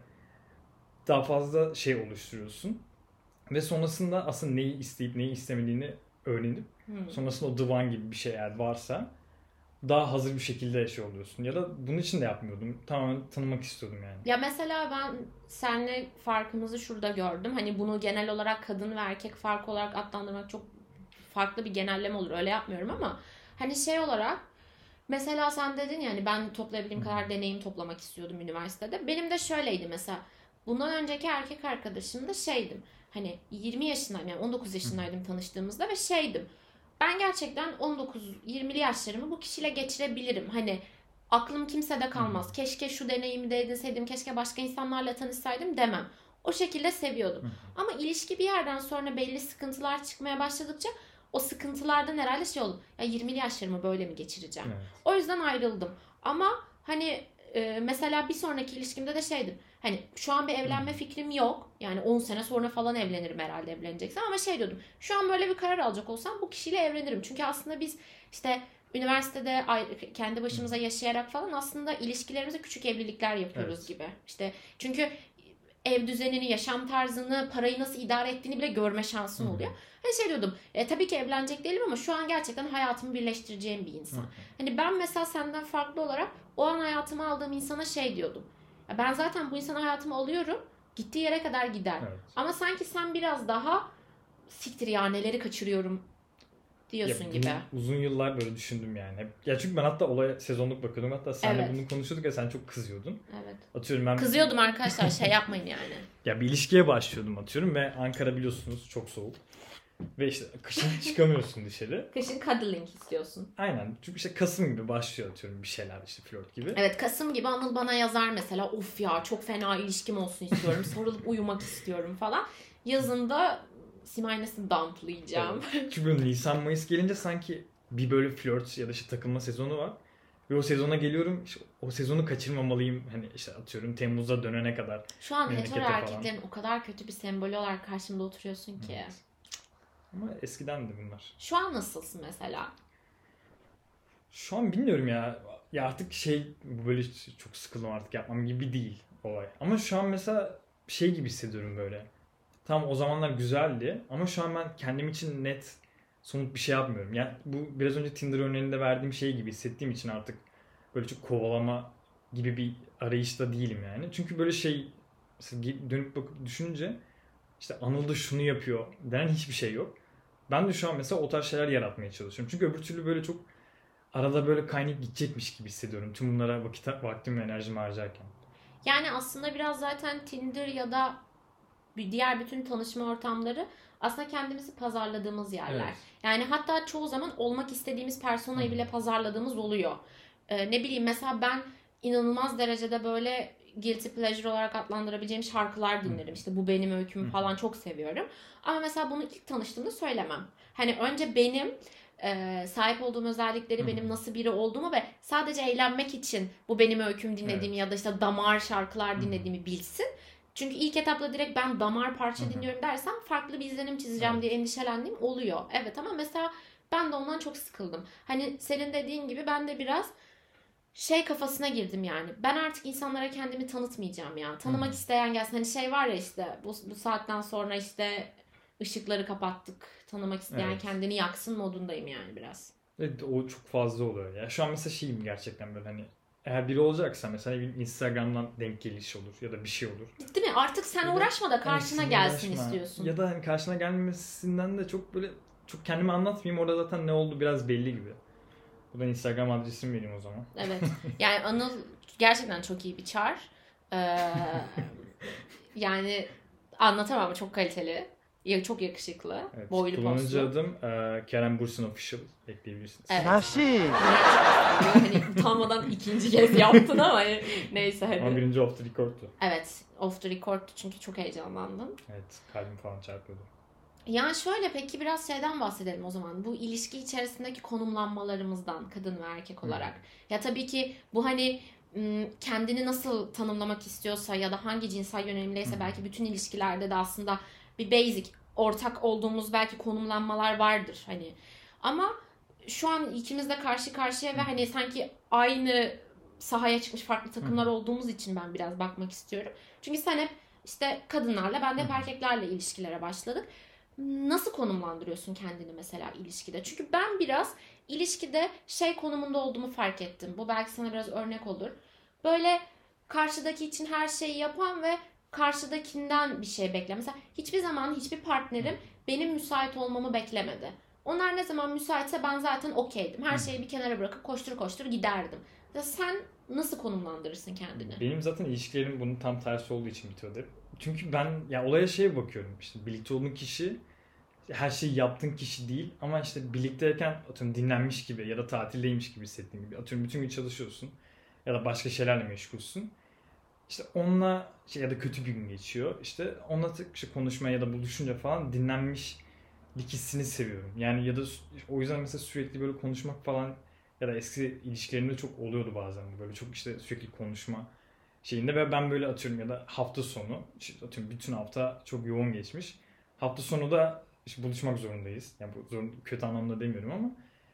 daha fazla oluşturuyorsun. Ve sonrasında aslında neyi isteyip neyi istemediğini öğrenip sonrasında o divan gibi bir şey eğer varsa daha hazır bir şekilde oluyorsun. Ya da bunun için de yapmıyordum. Tamamen tanımak istiyordum yani.
Ya mesela ben seninle farkımızı şurada gördüm. Hani bunu genel olarak kadın ve erkek farkı olarak adlandırmak çok farklı bir genelleme olur. Öyle yapmıyorum ama hani olarak mesela sen dedin yani ben toplayabildiğim kadar deneyim toplamak istiyordum üniversitede. Benim de şöyleydi mesela. Bundan önceki erkek arkadaşım da hani 20 yaşındayım yani 19 yaşındaydım tanıştığımızda ve ben gerçekten 19-20'li yaşlarımı bu kişiyle geçirebilirim. Hani aklım kimsede kalmaz. Keşke şu deneyimi de edinseydim, keşke başka insanlarla tanışsaydım demem. O şekilde seviyordum. Ama ilişki bir yerden sonra belli sıkıntılar çıkmaya başladıkça o sıkıntılardan herhalde oldu. Ya 20'li yaşlarımı böyle mi geçireceğim? Evet. O yüzden ayrıldım. Ama hani mesela bir sonraki ilişkimde de hani şu an bir evlenme fikrim yok. Yani 10 sene sonra falan evlenirim herhalde evleneceksem. Ama diyordum. Şu an böyle bir karar alacak olsam bu kişiyle evlenirim. Çünkü aslında biz işte üniversitede kendi başımıza yaşayarak falan aslında ilişkilerimize küçük evlilikler yapıyoruz gibi. İşte çünkü ev düzenini, yaşam tarzını, parayı nasıl idare ettiğini bile görme şansın oluyor. Hani diyordum. Tabii ki evlenecek değilim ama şu an gerçekten hayatımı birleştireceğim bir insan. Hani ben mesela senden farklı olarak o an hayatıma aldığım insana diyordum. Ya ben zaten bu insanı hayatıma alıyorum. Gittiği yere kadar gider. Evet. Ama sanki sen biraz daha siktir ya neleri kaçırıyorum diyorsun gibi.
Uzun yıllar böyle düşündüm yani. Ya çünkü ben hatta olaya sezonluk bakıyordum. Hatta seninle bunu konuşuyorduk ya sen çok kızıyordun.
Evet.
Atıyorum ben
kızıyordum arkadaşlar yapmayın yani.
Ya bir ilişkiye başlıyordum atıyorum ve Ankara biliyorsunuz çok soğuk. Ve işte kışın çıkamıyorsun dışarı.
Kışın cuddling istiyorsun.
Aynen. Çünkü işte Kasım gibi başlıyor atıyorum bir şeyler işte flört gibi.
Evet Kasım gibi Anıl bana yazar mesela. Of ya çok fena ilişkim olsun istiyorum. Sarılıp uyumak istiyorum falan. Yazında Simay nasıl dumplayacağım.
Evet. Çünkü böyle Nisan Mayıs gelince sanki bir böyle flört ya da işte takılma sezonu var. Ve o sezona geliyorum işte o sezonu kaçırmamalıyım. Hani işte atıyorum Temmuz'a dönene kadar.
Şu an hetero erkeklerin o kadar kötü bir sembolü olarak karşımda oturuyorsun ki. Evet.
Ama eskiden de bunlar.
Şu an nasılsın mesela?
Şu an bilmiyorum ya. Ya artık böyle çok sıkıldım artık yapmam gibi değil olay. Ama şu an mesela gibi hissediyorum böyle. Tamam o zamanlar güzeldi ama şu an ben kendim için net somut bir şey yapmıyorum. Yani bu biraz önce Tinder örneğinde verdiğim gibi hissettiğim için artık böyle çok kovalama gibi bir arayışta değilim yani. Çünkü böyle dönüp bakıp düşününce işte Anıl da şunu yapıyor denen hiçbir şey yok. Ben de şu an mesela o tarz şeyler yaratmaya çalışıyorum. Çünkü öbür türlü böyle çok arada böyle kaynayıp gidecekmiş gibi hissediyorum. Tüm bunlara vaktim ve enerjimi harcarken.
Yani aslında biraz zaten Tinder ya da diğer bütün tanışma ortamları aslında kendimizi pazarladığımız yerler. Evet. Yani hatta çoğu zaman olmak istediğimiz personayı bile pazarladığımız oluyor. Ne bileyim mesela ben inanılmaz derecede böyle guilty pleasure olarak adlandırabileceğim şarkılar dinlerim. İşte bu benim öyküm falan çok seviyorum. Ama mesela bunu ilk tanıştığımda söylemem. Hani önce benim sahip olduğum özellikleri, benim nasıl biri olduğumu ve sadece eğlenmek için bu benim öyküm dinlediğimi ya da işte damar şarkılar dinlediğimi bilsin. Çünkü ilk etapta direkt ben damar parça dinliyorum dersem farklı bir izlenim çizeceğim diye endişelendiğim oluyor. Evet ama mesela Ben de ondan çok sıkıldım. Hani senin dediğin gibi ben de biraz kafasına girdim yani. Ben artık insanlara kendimi tanıtmayacağım ya. Tanımak isteyen gelsin. Hani var ya işte bu saatten sonra işte ışıkları kapattık. Tanımak isteyen kendini yaksın modundayım yani biraz.
Evet, o çok fazla oluyor. Ya şu an mesela şeyim gerçekten böyle hani eğer biri olacaksa mesela Instagram'dan denk geliş olur ya da bir şey olur.
Değil mi? Artık sen uğraşma da karşına gelsin
uğraşma.
istiyorsun.
Ya da hani karşına gelmesinden de çok böyle çok kendimi anlatmayayım. Orada zaten ne oldu biraz belli gibi. Buradan Instagram adresimi vereyim o zaman.
Evet. Yani Anıl gerçekten çok iyi bir çar. Yani anlatamam ama çok kaliteli. Çok yakışıklı.
Evet,
Boylu
kullanıcı
postlu.
adım Kerem Bursun Official ekleyebilirsiniz.
Evet.
Merci.
Hani utanmadan ikinci kez yaptın ama neyse hadi.
Ama birinci off the record'tu.
Evet. Off the record'tu çünkü çok heyecanlandım.
Evet, kalbim falan çarpıyordu.
Yani şöyle peki biraz şeyden bahsedelim o zaman. Bu ilişki içerisindeki konumlanmalarımızdan kadın ve erkek olarak. Ya tabii ki bu hani kendini nasıl tanımlamak istiyorsa ya da hangi cinsel yönelimdeyse belki bütün ilişkilerde de aslında bir basic ortak olduğumuz belki konumlanmalar vardır hani. Ama şu an ikimiz de karşı karşıya ve hani sanki aynı sahaya çıkmış farklı takımlar olduğumuz için ben biraz bakmak istiyorum. Çünkü sen hep işte kadınlarla, ben de hep erkeklerle ilişkilere başladık. Nasıl konumlandırıyorsun kendini mesela ilişkide? Çünkü ben biraz ilişkide konumunda olduğumu fark ettim. Bu belki sana biraz örnek olur. Böyle karşıdaki için her şeyi yapan ve karşıdakinden bir şey bekleyen. Mesela hiçbir zaman hiçbir partnerim benim müsait olmamı beklemedi. Onlar ne zaman müsaitse ben zaten okeydim. Her şeyi bir kenara bırakıp koştur koştur giderdim. Ya sen nasıl konumlandırırsın kendini?
Benim zaten ilişkilerim bunun tam tersi olduğu için bitiyordu hep. Çünkü ben ya olaya bakıyorum işte birlikte olduğun kişi her şeyi yaptığın kişi değil ama işte birlikteyken atıyorum dinlenmiş gibi ya da tatildeymiş gibi hissettiğin gibi atıyorum bütün gün çalışıyorsun ya da başka şeylerle meşgulsün. İşte onunla ya da kötü bir gün geçiyor. İşte onunla işte konuşmaya ya da buluşunca falan dinlenmiş hissini seviyorum. Yani ya da o yüzden mesela sürekli böyle konuşmak falan ya da eski ilişkilerimde çok oluyordu bazen böyle çok işte sürekli konuşma şeyinde ve ben böyle atıyorum ya da hafta sonu işte atıyorum bütün hafta çok yoğun geçmiş. Hafta sonu da işte buluşmak zorundayız. Yani bu kötü anlamda demiyorum ama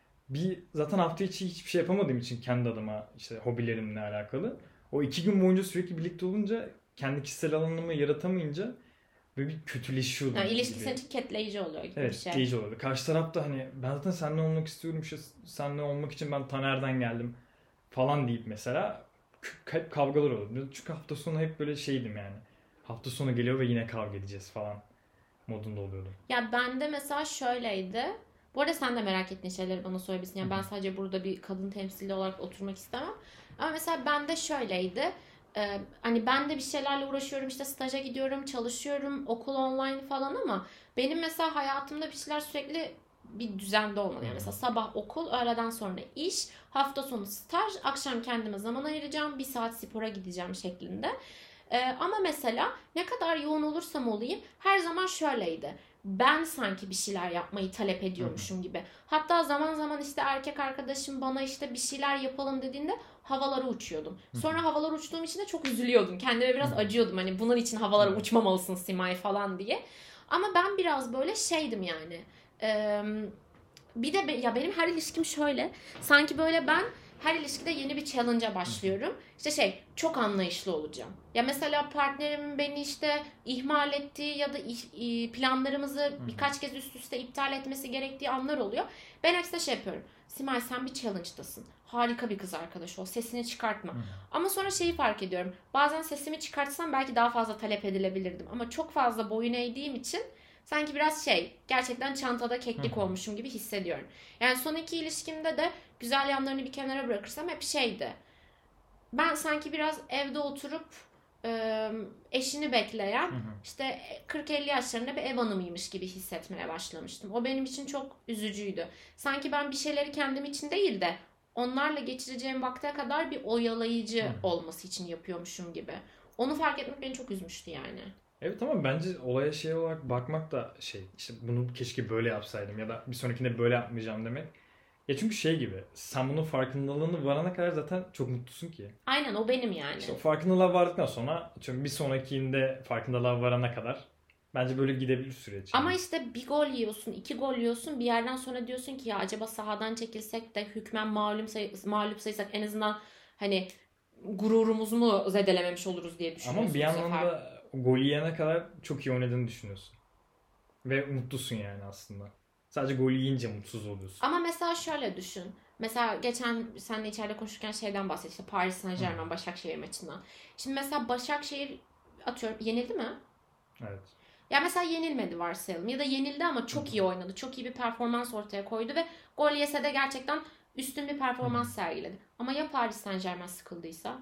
zaten hafta içi hiçbir şey yapamadığım için kendi adıma işte hobilerimle alakalı. O 2 gün boyunca sürekli birlikte olunca kendi kişisel alanımı yaratamayınca böyle bir kötüleşiyordum.
Yani ilişki senin için kitleyici oluyor gibi bir şey.
Evet, kitleyici oluyordu. Karşı tarafta hani ben zaten seninle olmak istiyorum işte seninle olmak için ben Taner'den geldim falan deyip mesela hep kavgalar oluyordu. Çünkü hafta sonu hep böyle şeydim yani. Hafta sonu geliyor ve yine kavga edeceğiz falan modunda oluyordum.
Ya bende mesela şöyleydi. Bu arada sen de merak ettiğin şeyleri bana sorabilirsin. Yani ben sadece burada bir kadın temsili olarak oturmak istemem. Ama mesela bende şöyleydi. Hani ben de bir şeylerle uğraşıyorum. İşte staja gidiyorum, çalışıyorum, okul online falan ama benim mesela hayatımda bir şeyler sürekli bir düzende olmalı. Yani mesela sabah okul, öğleden sonra iş, hafta sonu staj, akşam kendime zaman ayıracağım, 1 saat spora gideceğim şeklinde. Ama mesela ne kadar yoğun olursam olayım her zaman şöyleydi. Ben sanki bir şeyler yapmayı talep ediyormuşum gibi. Hatta zaman zaman işte erkek arkadaşım bana işte bir şeyler yapalım dediğinde havalara uçuyordum. Sonra havalara uçtuğum için de çok üzülüyordum. Kendime biraz acıyordum. Hani bunun için havalara uçmamalısın Simay falan diye. Ama ben biraz böyle şeydim yani. Bir de ya benim her ilişkim şöyle. Sanki böyle ben her ilişkide yeni bir challenge'a başlıyorum. İşte çok anlayışlı olacağım. Ya mesela partnerimin beni işte ihmal ettiği ya da planlarımızı birkaç kez üst üste iptal etmesi gerektiği anlar oluyor. Ben hepsine yapıyorum. Simay sen bir challenge'dasın. Harika bir kız arkadaş ol. Sesini çıkartma. Ama sonra fark ediyorum. Bazen sesimi çıkartsam belki daha fazla talep edilebilirdim. Ama çok fazla boyun eğdiğim için sanki biraz gerçekten çantada keklik olmuşum gibi hissediyorum. Yani son 2 ilişkimde de güzel yanlarını bir kenara bırakırsam hep ben sanki biraz evde oturup eşini bekleyen işte 40-50 yaşlarında bir ev hanımıymış gibi hissetmeye başlamıştım. O benim için çok üzücüydü. Sanki ben bir şeyleri kendim için değil de onlarla geçireceğim vakte kadar bir oyalayıcı olması için yapıyormuşum gibi. Onu fark etmek beni çok üzmüştü yani.
Evet ama bence olaya olarak bakmak da işte bunu keşke böyle yapsaydım ya da bir sonrakinde böyle yapmayacağım demek. Ya çünkü gibi sen bunun farkındalığını varana kadar zaten çok mutlusun ki.
Aynen o benim yani.
İşte o farkındalığa vardıktan sonra bir sonrakinde farkındalığa varana kadar Bence böyle gidebilir süreç.
Ama işte bir gol yiyorsun, 2 gol yiyorsun. Bir yerden sonra diyorsun ki ya acaba sahadan çekilsek de hükmen mağlup sayısak en azından hani gururumuzu mu zedelememiş oluruz diye düşünüyorsun
Ama bir
bu
yandan
sefer.
da gol yiyene kadar çok iyi oynadığını düşünüyorsun. Ve mutlusun yani aslında. Sadece gol yiyince mutsuz oluyorsun.
Ama mesela şöyle düşün. Mesela geçen seninle içeride konuşurken şeyden bahsettik. İşte Paris Saint-Germain Başakşehir maçından. Şimdi mesela Başakşehir atıyorum yenildi mi?
Evet.
Ya mesela yenilmedi varsayalım. Ya da yenildi ama çok iyi oynadı. Çok iyi bir performans ortaya koydu ve gol yese de gerçekten üstün bir performans sergiledi. Ama ya Paris Saint-Germain sıkıldıysa?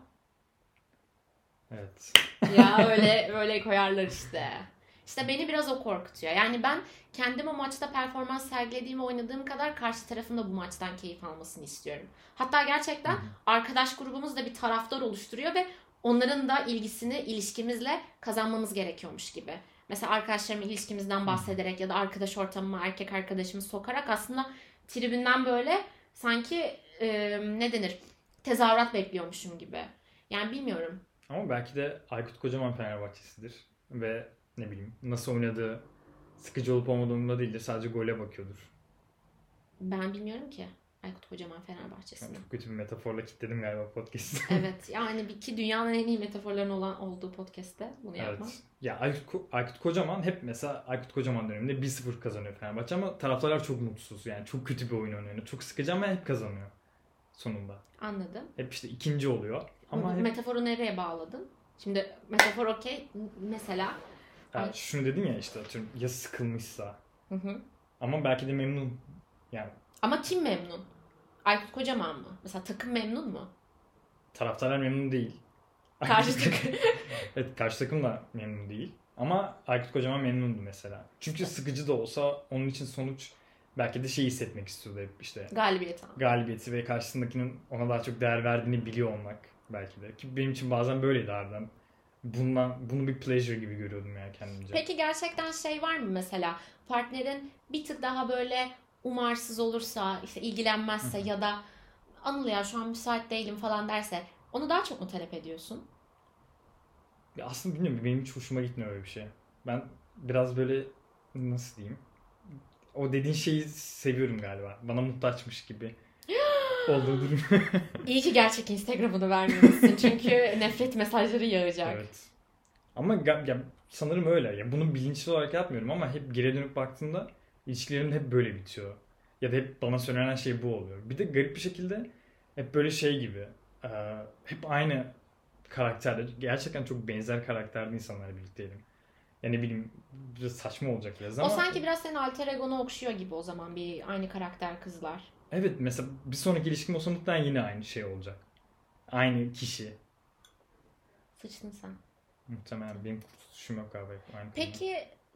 Evet.
Ya öyle koyarlar işte. İşte beni biraz o korkutuyor. Yani ben kendim o maçta performans sergilediğim ve oynadığım kadar karşı tarafın da bu maçtan keyif almasını istiyorum. Hatta gerçekten arkadaş grubumuz da bir taraftar oluşturuyor ve onların da ilgisini ilişkimizle kazanmamız gerekiyormuş gibi. Mesela arkadaşlarımla ilişkimizden bahsederek ya da arkadaş ortamıma erkek arkadaşımı sokarak aslında tribünden böyle sanki ne denir tezahürat bekliyormuşum gibi. Yani bilmiyorum.
Ama belki de Aykut Kocaman Fenerbahçesidir. Ve ne bileyim nasıl oynadığı sıkıcı olup olmadığında değildir. Sadece gole bakıyordur.
Ben bilmiyorum ki Aykut Kocaman
Ben
Fenerbahçe'sini.
çok kötü bir metaforla kilitledim galiba podcast'ı.
Evet yani ki dünyanın en iyi metaforların olan olduğu podcast'te bunu yapmam.
Evet. Ya Aykut Kocaman hep mesela Aykut Kocaman döneminde 1-0 kazanıyor Fenerbahçe ama taraftarlar çok mutsuz. Yani çok kötü bir oyun oynuyor. Çok sıkıcı ama hep kazanıyor sonunda.
Anladım.
Hep işte ikinci oluyor. Ama
Bu
hep...
metaforu nereye bağladın? Şimdi metafor okey. Mesela
Yani şunu dedin ya işte atıyorum ya sıkılmışsa.
hı hı.
Ama belki de memnun. Yani
Ama kim memnun? Aykut Kocaman mı? Mesela takım memnun mu?
taraftarlar memnun değil.
Karşı takım.
Evet, karşı takım da memnun değil. Ama Aykut Kocaman memnundu mesela. Çünkü sıkıcı da olsa onun için sonuç belki de şey hissetmek istiyordu hep işte.
Galibiyet al.
Galibiyeti ve karşısındakinin ona daha çok değer verdiğini biliyor olmak belki de. Ki benim için bazen böyleydi harbiden. Bunu bir pleasure gibi görüyordum yani kendimce.
Peki gerçekten şey var mı mesela partnerin bir tık daha böyle umarsız olursa işte ilgilenmezse ya da Anıl ya şu an müsait değilim falan derse onu daha çok mu talep ediyorsun?
Ya aslında bilmiyorum benim hiç hoşuma gitmiyor öyle bir şey. Ben biraz böyle nasıl diyeyim? O dediğin şeyi seviyorum galiba. Bana muhtaçmış gibi olduğu durum.
İyi ki gerçek Instagram'ını vermemişsin çünkü nefret mesajları yağacak.
Evet. Ama ya, sanırım öyle. Ya bunu bilinçli olarak yapmıyorum ama hep geri dönüp baktığımda ilişkilerim hep böyle bitiyor. Ya da hep bana söylenen şey bu oluyor. Bir de garip bir şekilde hep böyle şey gibi. Hep aynı karakterde. Gerçekten çok benzer karakterde insanlarla birlikteydim. Yani ne bileyim biraz saçma olacak biraz ama.
O sanki biraz senin alter egonu okşuyor gibi o zaman bir aynı karakter kızlar.
Evet mesela bir sonraki ilişkim olsa muhtemelen yine aynı şey olacak. Aynı kişi.
Sıçtın sen.
Muhtemelen benim suçum yok galiba. Aynı
Peki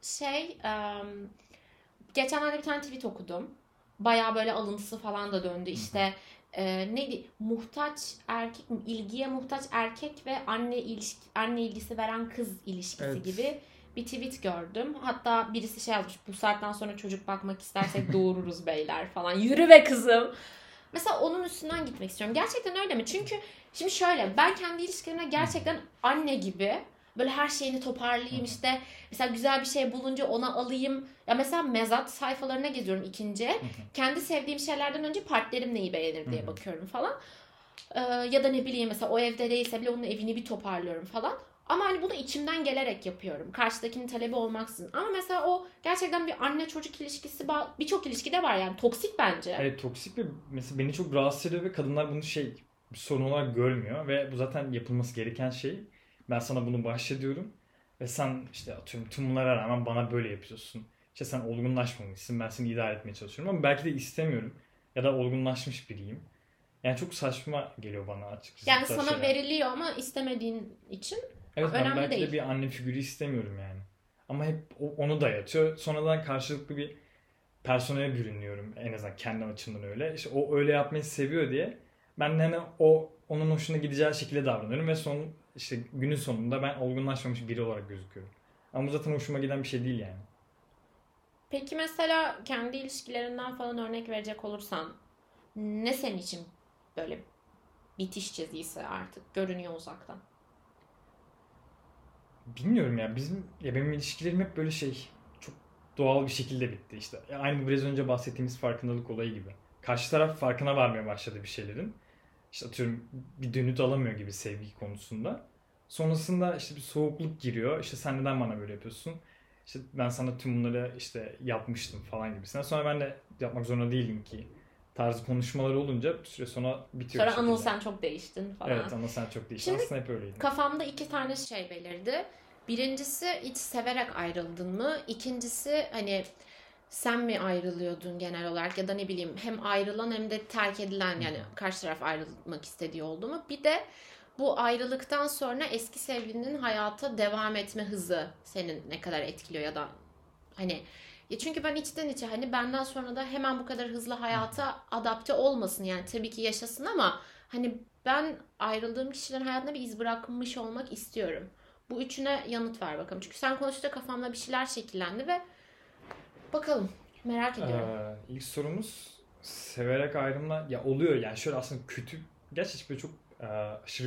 geçenlerde bir tane tweet okudum. Bayağı böyle alıntısı falan da döndü. İşte neydi? Muhtaç erkek, ilgiye muhtaç erkek ve anne ilgisi veren kız ilişkisi
Evet.
gibi bir tweet gördüm. Hatta birisi şey yazmış. Bu saatten sonra çocuk bakmak istersek doğururuz beyler falan. Yürü be kızım. Mesela onun üstünden gitmek istiyorum. Gerçekten öyle mi? Çünkü şimdi şöyle ben kendi ilişkilerimde gerçekten anne gibi böyle her şeyini toparlayayım işte. Mesela güzel bir şey bulunca ona alayım. Ya mesela mezat sayfalarına geziyorum ikinci. Kendi sevdiğim şeylerden önce partnerim neyi beğenir diye bakıyorum falan. Ya da ne bileyim mesela o evde değilse bile onun evini bir toparlıyorum falan. Ama hani bunu içimden gelerek yapıyorum. Karşıdakinin talebi olmaksızın. Ama mesela o gerçekten bir anne çocuk ilişkisi birçok ilişkide var yani. Toksik bence.
Evet toksik ve mesela beni çok rahatsız ediyor ve kadınlar bunu bir sorun olarak görmüyor ve bu zaten yapılması gereken şey. Ben sana bunu bahşediyorum ve sen işte atıyorum tüm bunlara rağmen bana böyle yapıyorsun. İşte sen olgunlaşmamışsın, ben seni idare etmeye çalışıyorum ama belki de istemiyorum ya da olgunlaşmış biriyim. Yani çok saçma geliyor bana açıkçası.
Yani sana veriliyor ama istemediğin için
evet, ben
önemli
belki
değil.
de bir anne figürü istemiyorum yani. Ama hep onu dayatıyor. Sonradan karşılıklı bir personele bürünüyorum en azından kendi açımdan öyle. İşte o öyle yapmayı seviyor diye ben de hani onun hoşuna gideceği şekilde davranıyorum ve işte günün sonunda ben olgunlaşmamış biri olarak gözüküyorum. Ama bu zaten hoşuma giden bir şey değil yani.
Peki mesela kendi ilişkilerinden falan örnek verecek olursan ne senin için böyle bitiş çizgisi artık görünüyor uzaktan?
Bilmiyorum ya, benim ilişkilerim hep böyle çok doğal bir şekilde bitti işte. Aynı bu biraz önce bahsettiğimiz farkındalık olayı gibi. Karşı taraf farkına varmaya başladı bir şeylerin. İşte atıyorum bir dönüt alamıyor gibi sevgi konusunda. Sonrasında işte bir soğukluk giriyor. İşte sen neden bana böyle yapıyorsun? İşte ben sana tüm bunları işte yapmıştım falan gibisinden. Sonra ben de yapmak zorunda değilim ki tarzı konuşmalar olunca bir süre sonra bitiyor.
Sonra Anıl sen çok değiştin falan.
Evet, Anıl sen çok değiştin.
Şimdi
aslında hep öyleydi.
kafamda 2 tane şey belirdi. Birincisi hiç severek ayrıldın mı? İkincisi hani sen mi ayrılıyordun genel olarak ya da ne bileyim hem ayrılan hem de terk edilen yani karşı taraf ayrılmak istediği oldu mu? Bir de bu ayrılıktan sonra eski sevgilinin hayata devam etme hızı senin ne kadar etkiliyor ya da hani ya çünkü ben içten içe hani benden sonra da hemen bu kadar hızlı hayata adapte olmasın yani tabii ki yaşasın ama hani ben ayrıldığım kişilerin hayatına bir iz bırakmış olmak istiyorum. Bu üçüne yanıt ver bakalım. Çünkü sen konuştukça kafamda bir şeyler şekillendi ve bakalım merak ediyorum.
İlk sorumuz severek ayrılma ya oluyor yani şöyle aslında kötü gerçi hiç böyle çok aşırı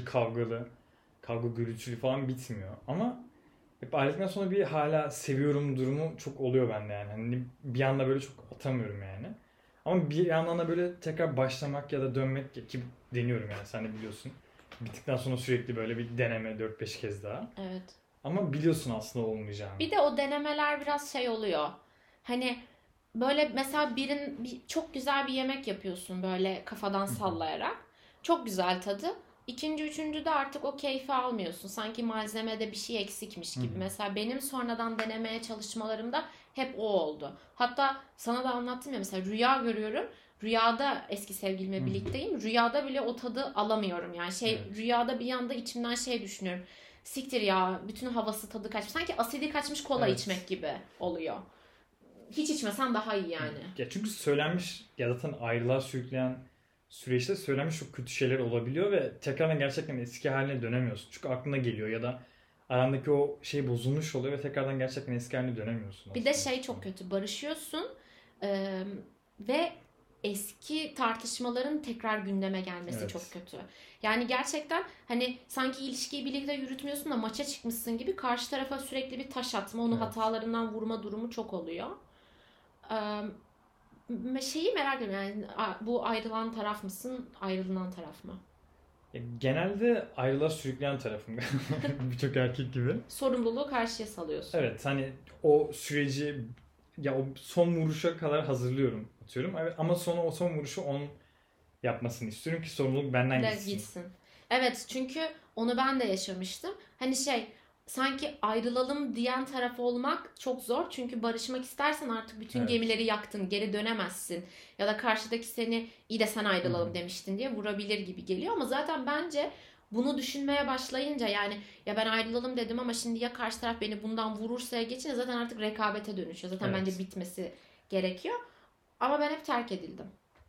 kavga gürültülü falan bitmiyor ama hep ayrıldıktan sonra bir hala seviyorum durumu çok oluyor bende yani. Hani bir anda böyle çok atamıyorum yani. Ama bir yandan da böyle tekrar başlamak ya da dönmek ki deniyorum yani sen de biliyorsun. Bittikten sonra sürekli böyle bir deneme 4-5 kez daha.
Evet.
Ama biliyorsun aslında olmayacağını.
Bir de o denemeler biraz şey oluyor. Hani böyle mesela çok güzel bir yemek yapıyorsun böyle kafadan sallayarak. Çok güzel tadı. İkinci, üçüncüde artık o keyfi almıyorsun. Sanki malzemede bir şey eksikmiş gibi. Mesela benim sonradan denemeye çalışmalarımda hep o oldu. Hatta sana da anlattım ya mesela rüya görüyorum. Rüyada eski sevgilimle birlikteyim. Rüyada bile o tadı alamıyorum. Yani rüyada bir anda içimden düşünüyorum. Siktir ya bütün havası tadı kaçmış. Sanki asidi kaçmış kola içmek gibi oluyor. Hiç içmesen daha iyi yani.
Ya çünkü söylenmiş ya zaten ayrılığa sürükleyen süreçte söylenmiş çok kötü şeyler olabiliyor ve tekrardan gerçekten eski haline dönemiyorsun. Çünkü aklına geliyor ya da arandaki o şey bozulmuş oluyor ve tekrardan gerçekten eski haline dönemiyorsun.
Bir de çok kötü barışıyorsun ve eski tartışmaların tekrar gündeme gelmesi çok kötü. Yani gerçekten hani sanki ilişkiyi birlikte yürütmüyorsun da maça çıkmışsın gibi karşı tarafa sürekli bir taş atma, onu hatalarından vurma durumu çok oluyor. Şeyi merak ediyorum yani bu ayrılan taraf mısın, ayrılınan taraf mı?
Genelde ayrılığa sürükleyen tarafım. Birçok erkek gibi.
Sorumluluğu karşıya salıyorsun.
Evet hani o süreci ya o son vuruşa kadar hazırlıyorum atıyorum. Evet, ama sonra o son vuruşu onun yapmasını istiyorum ki sorumluluk benden gitsin.
Evet çünkü onu ben de yaşamıştım. Hani sanki ayrılalım diyen taraf olmak çok zor. Çünkü barışmak istersen artık bütün gemileri yaktın, geri dönemezsin. Ya da karşıdaki seni iyi de sen ayrılalım demiştin diye vurabilir gibi geliyor. Ama zaten bence bunu düşünmeye başlayınca yani ya ben ayrılalım dedim ama şimdi ya karşı taraf beni bundan vurursa geçince zaten artık rekabete dönüşüyor. Zaten bence bitmesi gerekiyor. Ama ben hep terk edildim.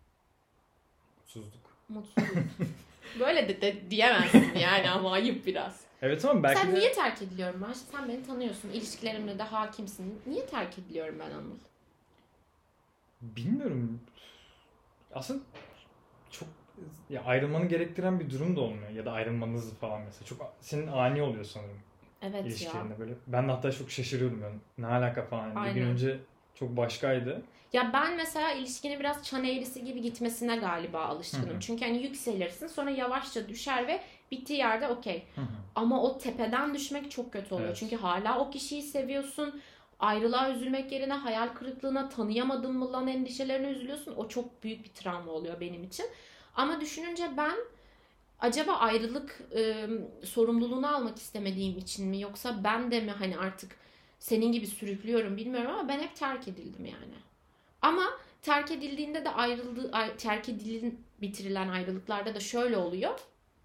Mutsuzluk. Böyle de diyemezsin yani ama ayıp biraz.
Evet ama belki
sen niye terk ediliyorum ben? Sen beni tanıyorsun. İlişkilerimde de hakimsin. Niye terk ediliyorum ben Anıl?
Bilmiyorum. Aslında çok ayrılmanı gerektiren bir durum da olmuyor. Ya da ayrılmanız falan mesela. Çok senin ani oluyor sanırım.
Evet
ilişkilerinde
ya.
Böyle. Ben de hatta çok şaşırıyordum yani. Ne alaka falan.
Aynen.
Bir gün önce çok başkaydı.
Ya ben mesela ilişkinin biraz çan eğrisi gibi gitmesine galiba alışkınım. Çünkü hani yükselirsin sonra yavaşça düşer ve bittiği yerde okey. Ama o tepeden düşmek çok kötü oluyor. Çünkü hala o kişiyi seviyorsun. Ayrılığa üzülmek yerine hayal kırıklığına tanıyamadın mı lan endişelerine üzülüyorsun. O çok büyük bir travma oluyor benim için. Ama düşününce ben acaba ayrılık sorumluluğunu almak istemediğim için mi yoksa ben de mi hani artık senin gibi sürüklüyorum bilmiyorum ama ben hep terk edildim yani. Ama terk edildiğinde de bitirilen ayrılıklarda da şöyle oluyor.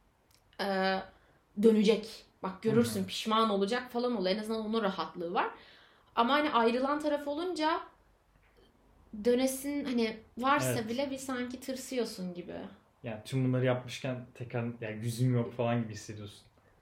Dönecek. Bak görürsün pişman olacak falan oluyor. En azından onun rahatlığı var. Ama hani ayrılan taraf olunca dönesin hani varsa bile bir sanki tırsıyorsun gibi.
Yani tüm bunları yapmışken tekrar yani yüzüm yok falan gibi hissediyorsun.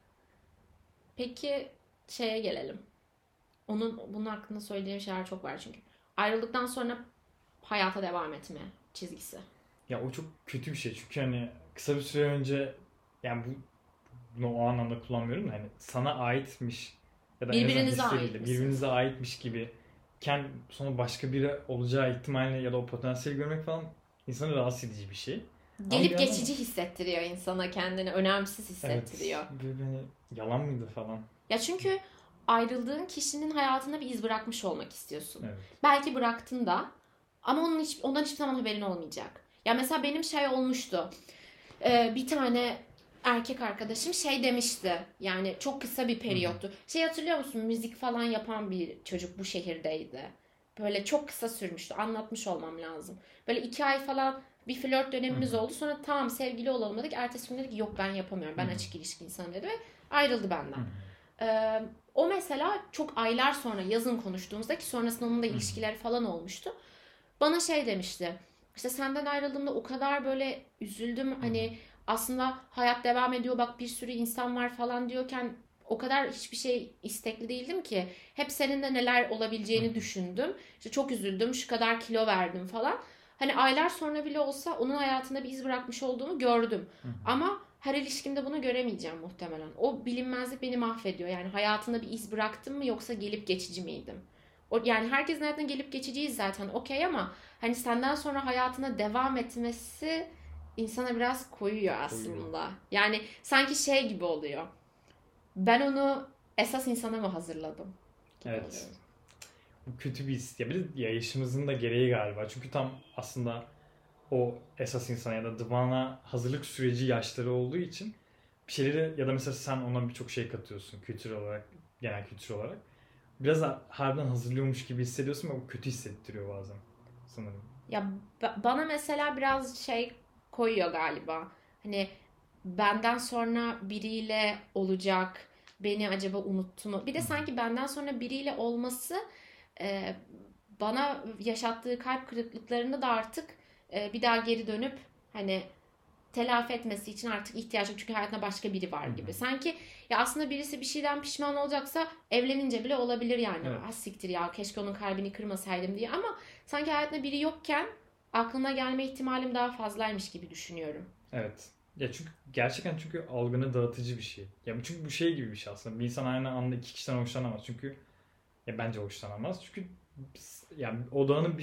Peki gelelim. Bunun hakkında söyleyeceğim şeyler çok var çünkü. Ayrıldıktan sonra hayata devam etme çizgisi.
Ya o çok kötü bir şey çünkü hani kısa bir süre önce yani bunu o anlamda kullanmıyorum da hani sana aitmiş Ya da en azından
Birbirinize ait
hisleriyle,
misiniz?
birbirinize aitmiş gibi sonra başka biri olacağı ihtimalini ya da o potansiyeli görmek falan insanı rahatsız edici bir şey. Ama bir
Gelip
yandan-
geçici hissettiriyor insana, kendini önemsiz hissettiriyor.
Evet. Böyle hani yalan mıydı falan.
Ya çünkü ayrıldığın kişinin hayatında bir iz bırakmış olmak istiyorsun.
Evet.
Belki bıraktın da ama ondan hiçbir zaman haberin olmayacak. Ya mesela benim şey olmuştu. Bir tane erkek arkadaşım şey demişti. Yani çok kısa bir periyottu. Şey hatırlıyor musun? Müzik falan yapan bir çocuk bu şehirdeydi. Böyle çok kısa sürmüştü. Anlatmış olmam lazım. Böyle 2 ay falan bir flört dönemimiz oldu. Sonra tamam sevgili olalım dedik. Ertesi gün dedi ki yok ben yapamıyorum. Ben açık ilişki insanım dedi ve ayrıldı benden. O mesela çok aylar sonra yazın konuştuğumuzda ki sonrasında onun da ilişkileri falan olmuştu. Bana şey demişti. İşte senden ayrıldığımda o kadar böyle üzüldüm. Hani aslında hayat devam ediyor. Bak bir sürü insan var falan diyorken o kadar hiçbir şey istekli değildim ki. Hep seninle neler olabileceğini düşündüm. İşte çok üzüldüm. Şu kadar kilo verdim falan. Hani aylar sonra bile olsa onun hayatında bir iz bırakmış olduğumu gördüm. Ama her ilişkimde bunu göremeyeceğim muhtemelen. O bilinmezlik beni mahvediyor. Yani hayatında bir iz bıraktım mı yoksa gelip geçici miydim? Yani herkesin hayatına gelip geçiciyiz zaten okey ama hani senden sonra hayatına devam etmesi insana biraz koyuyor aslında. Yani sanki şey gibi oluyor. Ben onu esas insana mı hazırladım?
Evet.
Oluyor.
Bu kötü bir his. Ya bir de yaşımızın da gereği galiba. Çünkü tam aslında o esas insan ya da divana hazırlık süreci yaşları olduğu için bir şeyleri ya da mesela sen ona birçok şey katıyorsun kültür olarak, genel kültür olarak. Biraz harbiden hazırlıyormuş gibi hissediyorsun ve o kötü hissettiriyor bazen sanırım.
Ya bana mesela biraz şey koyuyor galiba. Hani benden sonra biriyle olacak, beni acaba unuttu mu? Bir de sanki benden sonra biriyle olması e, bana yaşattığı kalp kırıklıklarını da artık bir daha geri dönüp hani telafi etmesi için artık ihtiyaç yok. Çünkü hayatında başka biri var gibi. Sanki ya aslında birisi bir şeyden pişman olacaksa evlenince bile olabilir yani.
Evet.
Ha siktir ya keşke onun kalbini kırmasaydım diye ama sanki hayatında biri yokken aklına gelme ihtimalim daha fazlaymış gibi düşünüyorum.
Evet. Ya çünkü algını dağıtıcı bir şey. Ya çünkü bu şey gibi bir şey aslında. Bir insan aynı anda iki kişiden hoşlanamaz. Çünkü ya bence hoşlanamaz. Çünkü yani odağını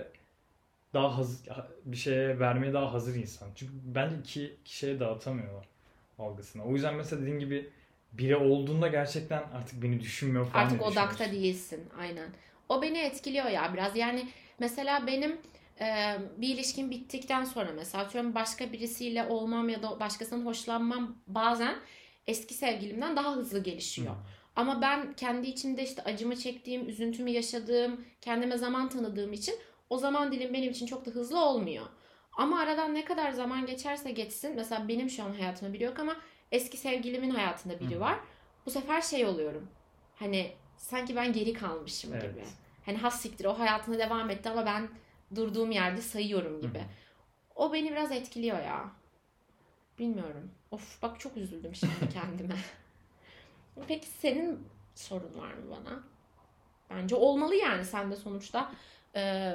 bir şeye vermeye daha hazır insan. Çünkü bence iki kişiye dağıtamıyorlar algısını. O yüzden mesela dediğin gibi biri olduğunda gerçekten artık beni düşünmüyor falan
Artık
diye
odakta
düşünüyorsun.
değilsin. Aynen. O beni etkiliyor ya biraz. Yani mesela benim bir ilişkim bittikten sonra mesela atıyorum başka birisiyle olmam ya da başkasından hoşlanmam bazen eski sevgilimden daha hızlı gelişiyor. Ama ben kendi içimde işte acımı çektiğim, üzüntümü yaşadığım, kendime zaman tanıdığım için o zaman dilim benim için çok da hızlı olmuyor. Ama aradan ne kadar zaman geçerse geçsin, mesela benim şu an hayatımda biri yok ama eski sevgilimin hayatında biri var. Bu sefer şey oluyorum. Hani sanki ben geri kalmışım
Evet.
gibi. Hani has siktir o hayatına devam etti ama ben durduğum yerde sayıyorum gibi. O beni biraz etkiliyor ya. Bilmiyorum. Of bak çok üzüldüm şimdi kendime. Peki senin sorun var mı bana? Bence olmalı yani. Sen de sonuçta e,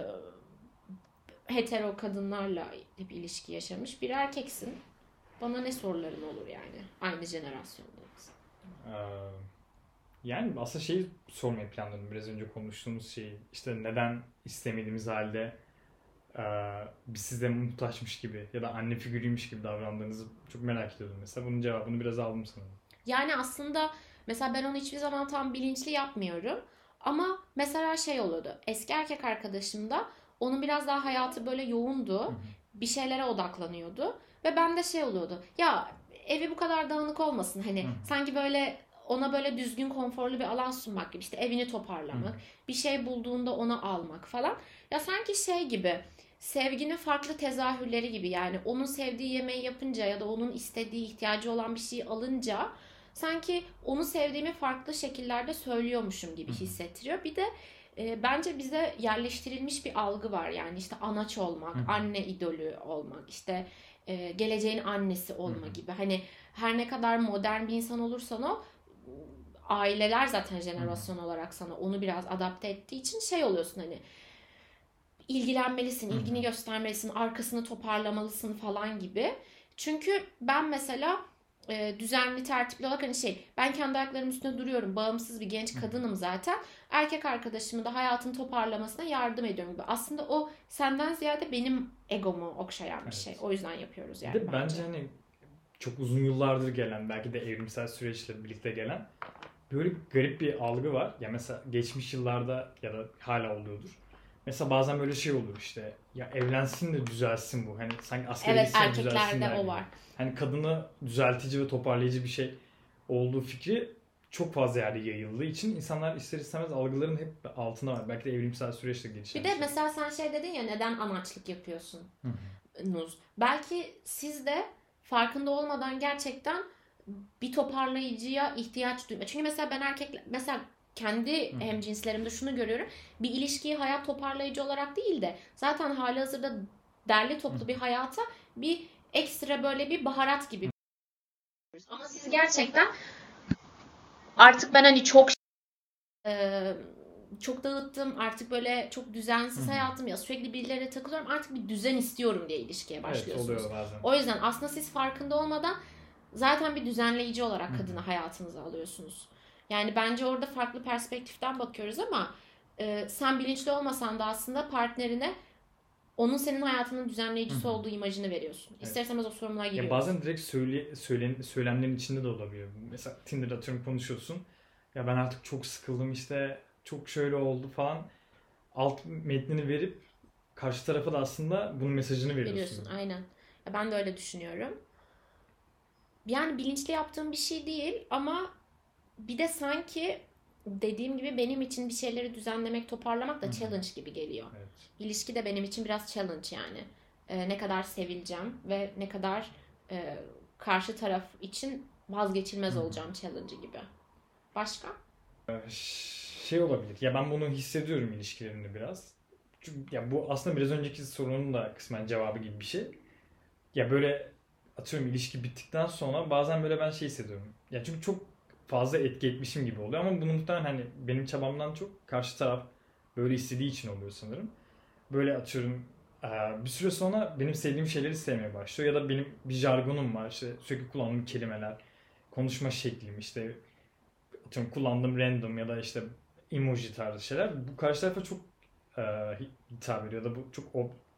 hetero kadınlarla bir ilişki yaşamış bir erkeksin. Bana ne soruların olur yani? Aynı jenerasyondayız.
Ee, Yani aslında şeyi sormayı planladım biraz önce konuştuğumuz şeyi. İşte neden istemediğimiz halde biz size muhtaçmış gibi ya da anne figürüymüş gibi davrandığınızı çok merak ediyordum mesela. Bunun cevabını biraz aldım sanırım.
Yani aslında mesela ben onu hiçbir zaman tam bilinçli yapmıyorum. Ama mesela şey oluyordu. Eski erkek arkadaşımda onun biraz daha hayatı böyle yoğundu. Bir şeylere odaklanıyordu. Ve bende şey oluyordu. Ya evi bu kadar dağınık olmasın. Hani sanki böyle ona böyle düzgün konforlu bir alan sunmak gibi. İşte evini toparlamak. Bir şey bulduğunda onu almak falan. Ya sanki şey gibi. Sevginin farklı tezahürleri gibi. Yani onun sevdiği yemeği yapınca ya da onun istediği ihtiyacı olan bir şeyi alınca sanki onu sevdiğimi farklı şekillerde söylüyormuşum gibi hissettiriyor. Bir de bence bize yerleştirilmiş bir algı var. Yani işte anaç olmak, anne idolü olmak, işte geleceğin annesi olma gibi. Hani her ne kadar modern bir insan olursan o aileler zaten jenerasyon olarak sana onu biraz adapte ettiği için şey oluyorsun hani ilgilenmelisin, ilgini göstermelisin, arkasını toparlamalısın falan gibi. Çünkü ben mesela düzenli, tertipli olarak hani ben kendi ayaklarımın üstünde duruyorum. Bağımsız bir genç kadınım zaten. Erkek arkadaşımı da hayatını toparlamasına yardım ediyorum gibi. Aslında o senden ziyade benim egomu okşayan bir şey. O yüzden yapıyoruz yani.
Bir de bence hani çok uzun yıllardır gelen, belki de evrimsel süreçle birlikte gelen böyle garip bir algı var. Ya mesela geçmiş yıllarda ya da hala oluyordur. Mesela bazen böyle şey olur işte. Ya evlensin de düzelsin bu. Hani sanki askere gitsin de düzelsin
erkeklerde
der
o
gibi.
var.
Hani kadını düzeltici ve toparlayıcı bir şey olduğu fikri çok fazla yerde yayıldığı için insanlar ister istemez algıların hep altına var. Belki de evrimsel süreçle gelişen
Bir de mesela sen dedin ya, neden anaçlık yapıyorsun? Nuz. Belki siz de farkında olmadan gerçekten bir toparlayıcıya ihtiyaç duyma. Çünkü mesela ben mesela kendi hemcinslerimde şunu görüyorum. Bir ilişkiyi hayat toparlayıcı olarak değil de zaten halihazırda derli toplu bir hayata bir ekstra böyle bir baharat gibi. Ama siz gerçekten artık ben hani çok dağıttım, artık böyle çok düzensiz hayatım ya, sürekli birileriyle takılıyorum, artık bir düzen istiyorum diye ilişkiye başlıyorsunuz.
Evet, oluyor bazen.
O yüzden aslında siz farkında olmadan zaten bir düzenleyici olarak kadını hayatınıza alıyorsunuz. Yani bence orada farklı perspektiften bakıyoruz ama sen bilinçli olmasan da aslında partnerine onun senin hayatının düzenleyicisi olduğu imajını veriyorsun. Evet. İster istemez o sorumluluğa giriyorsun.
Ya bazen direkt söylemlerin içinde de olabiliyor. Mesela Tinder'da atıyorum, konuşuyorsun. Ya ben artık çok sıkıldım işte, çok şöyle oldu falan. Alt metnini verip karşı tarafa da aslında bunun mesajını veriyorsun.
Aynen. Ya ben de öyle düşünüyorum. Yani bilinçli yaptığım bir şey değil ama bir de sanki dediğim gibi benim için bir şeyleri düzenlemek, toparlamak da challenge gibi geliyor.
Evet.
İlişki de benim için biraz challenge yani. Ne kadar sevileceğim ve ne kadar karşı taraf için vazgeçilmez olacağım challenge gibi. Başka?
Şey olabilir. Ya ben bunu hissediyorum ilişkilerimde biraz. Çünkü ya bu aslında biraz önceki sorunun da kısmen cevabı gibi bir şey. Ya böyle atıyorum ilişki bittikten sonra bazen böyle ben şey hissediyorum. Ya çünkü çok fazla etki etmişim gibi oluyor ama bunu muhtemelen hani benim çabamdan çok karşı taraf böyle istediği için oluyor sanırım. Böyle atıyorum bir süre sonra benim sevdiğim şeyleri sevmeye başlıyor ya da benim bir jargonum var, işte sürekli kullandığım kelimeler, konuşma şeklim, işte atıyorum kullandığım random ya da işte emoji tarzı şeyler bu karşı tarafa çok hitap ediyor ya da bu çok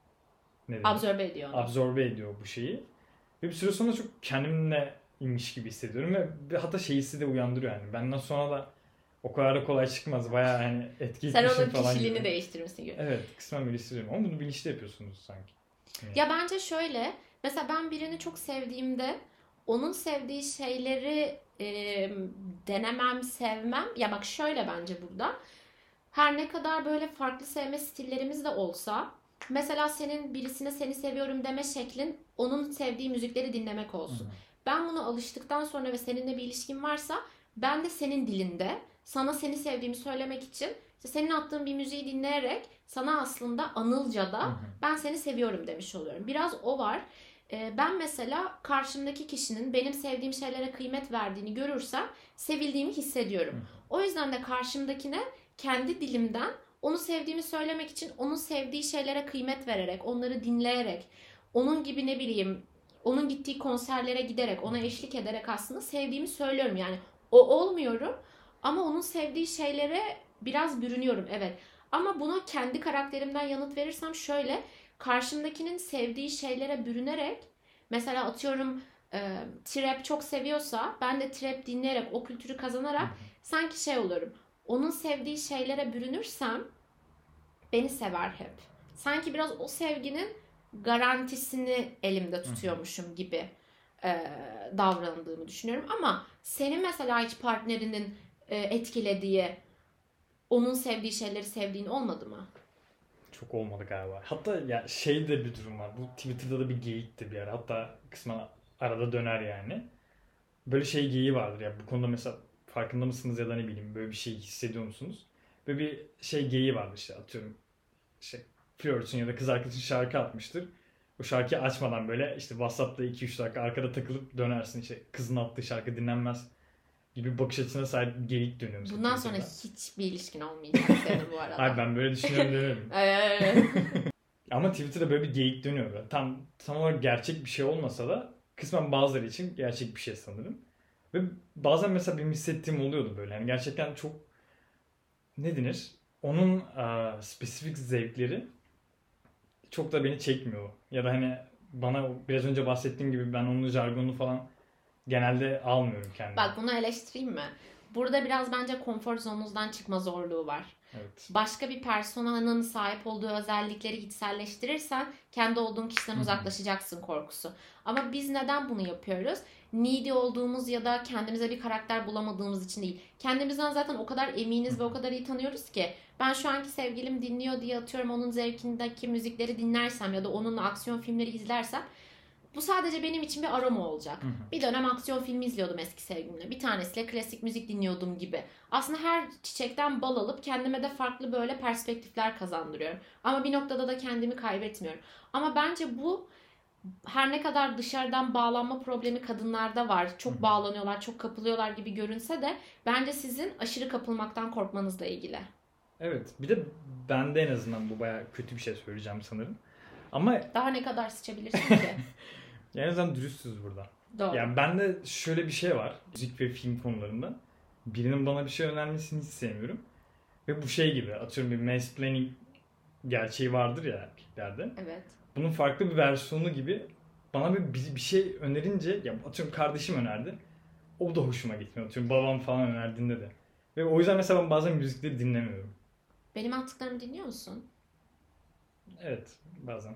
absorbe ediyor bu şeyi. Ve bir süre sonra çok kendimle inmiş gibi hissediyorum ve hatta şey hissi de uyandırıyor yani. Benden sonra da o kadar da kolay çıkmaz. Bayağı hani etki etmişim falan gibi.
Sen onun kişiliğini değiştirmişsin gibi.
Evet, kısmen böyle hissediyorum ama bunu bilinçli yapıyorsunuz sanki. Evet.
Ya bence şöyle, mesela ben birini çok sevdiğimde onun sevdiği şeyleri denemem, sevmem. Ya bak şöyle, bence burada her ne kadar böyle farklı sevme stillerimiz de olsa, mesela senin birisine seni seviyorum deme şeklin onun sevdiği müzikleri dinlemek olsun. Ben buna alıştıktan sonra ve seninle bir ilişkin varsa ben de senin dilinde sana seni sevdiğimi söylemek için işte senin attığın bir müziği dinleyerek sana aslında anılca da ben seni seviyorum demiş oluyorum. Biraz o var. Ben mesela karşımdaki kişinin benim sevdiğim şeylere kıymet verdiğini görürsem sevildiğimi hissediyorum. O yüzden de karşımdakine kendi dilimden onu sevdiğimi söylemek için onun sevdiği şeylere kıymet vererek, onları dinleyerek, onun gibi ne bileyim, onun gittiği konserlere giderek, ona eşlik ederek aslında sevdiğimi söylüyorum. Yani o olmuyorum ama onun sevdiği şeylere biraz bürünüyorum, evet. Ama buna kendi karakterimden yanıt verirsem şöyle, karşımdakinin sevdiği şeylere bürünerek, mesela atıyorum trap çok seviyorsa ben de trap dinleyerek, o kültürü kazanarak sanki şey oluyorum. Onun sevdiği şeylere bürünürsem beni sever hep. Sanki biraz o sevginin garantisini elimde tutuyormuşum gibi davrandığımı düşünüyorum. Ama senin mesela hiç partnerinin etkilediği, onun sevdiği şeyleri sevdiğin olmadı mı?
Çok olmadı galiba. Hatta ya şey de bir durum var. Bu Twitter'da da bir geyikti bir ara. Hatta kısmen arada döner yani. Böyle şey geyiği vardır ya. Bu konuda mesela farkında mısınız ya da ne bileyim böyle bir şey hissediyor musunuz? Böyle bir şey geyiği vardır işte, atıyorum. İşte flörtün ya da kız arkadaşın şarkı atmıştır. O şarkıyı açmadan böyle işte WhatsApp'ta 2-3 dakika arkada takılıp dönersin. İşte kızın attığı şarkı dinlenmez gibi bakış açısına sahip bir geyik dönüyor.
Bundan sonra hiçbir ilişkin olmayacak senin bu arada.
Hayır, ben böyle düşünüyorum demedim. Ama Twitter'da böyle bir geyik dönüyor. Tam olarak gerçek bir şey olmasa da kısmen bazıları için gerçek bir şey sanırım. Ve bazen mesela benim hissettiğim oluyordu böyle. Yani gerçekten çok ne denir? Onun spesifik zevkleri çok da beni çekmiyor. Ya da hani bana biraz önce bahsettiğim gibi ben onun jargonunu falan genelde almıyorum kendime.
Bak bunu eleştireyim mi? Burada biraz bence konfor zonunuzdan çıkma zorluğu var.
Evet.
Başka bir personanın sahip olduğu özellikleri içselleştirirsen kendi olduğun kişiden uzaklaşacaksın korkusu. Ama biz neden bunu yapıyoruz? Needy olduğumuz ya da kendimize bir karakter bulamadığımız için değil. Kendimizden zaten o kadar eminiz ve o kadar iyi tanıyoruz ki ben şu anki sevgilim dinliyor diye atıyorum onun zevkindeki müzikleri dinlersem ya da onunla aksiyon filmleri izlersem bu sadece benim için bir aroma olacak. Bir dönem aksiyon filmi izliyordum eski sevgilimle. Bir tanesiyle klasik müzik dinliyordum gibi. Aslında her çiçekten bal alıp kendime de farklı böyle perspektifler kazandırıyorum. Ama bir noktada da kendimi kaybetmiyorum. Ama bence bu her ne kadar dışarıdan bağlanma problemi kadınlarda var. Çok bağlanıyorlar, çok kapılıyorlar gibi görünse de bence sizin aşırı kapılmaktan korkmanızla ilgili.
Evet. Bir de bende en azından bu bayağı kötü bir şey söyleyeceğim sanırım. Ama
daha ne kadar sıçabilirsin ki?
yani en azından dürüstüz burada.
Doğru.
Yani bende şöyle bir şey var. Müzik ve film konularında. Birinin bana bir şey önermesini hiç sevmiyorum. Ve bu şey gibi. Atıyorum bir mansplaining gerçeği vardır ya erkeklerde.
Evet.
Bunun farklı bir versiyonu gibi bana bir şey önerince ya atıyorum kardeşim önerdi. O da hoşuma gitmiyor. Atıyorum babam falan önerdiğinde de. Ve o yüzden mesela ben bazen müzikleri dinlemiyorum.
Benim attıklarımı dinliyor musun?
Evet. Bazen.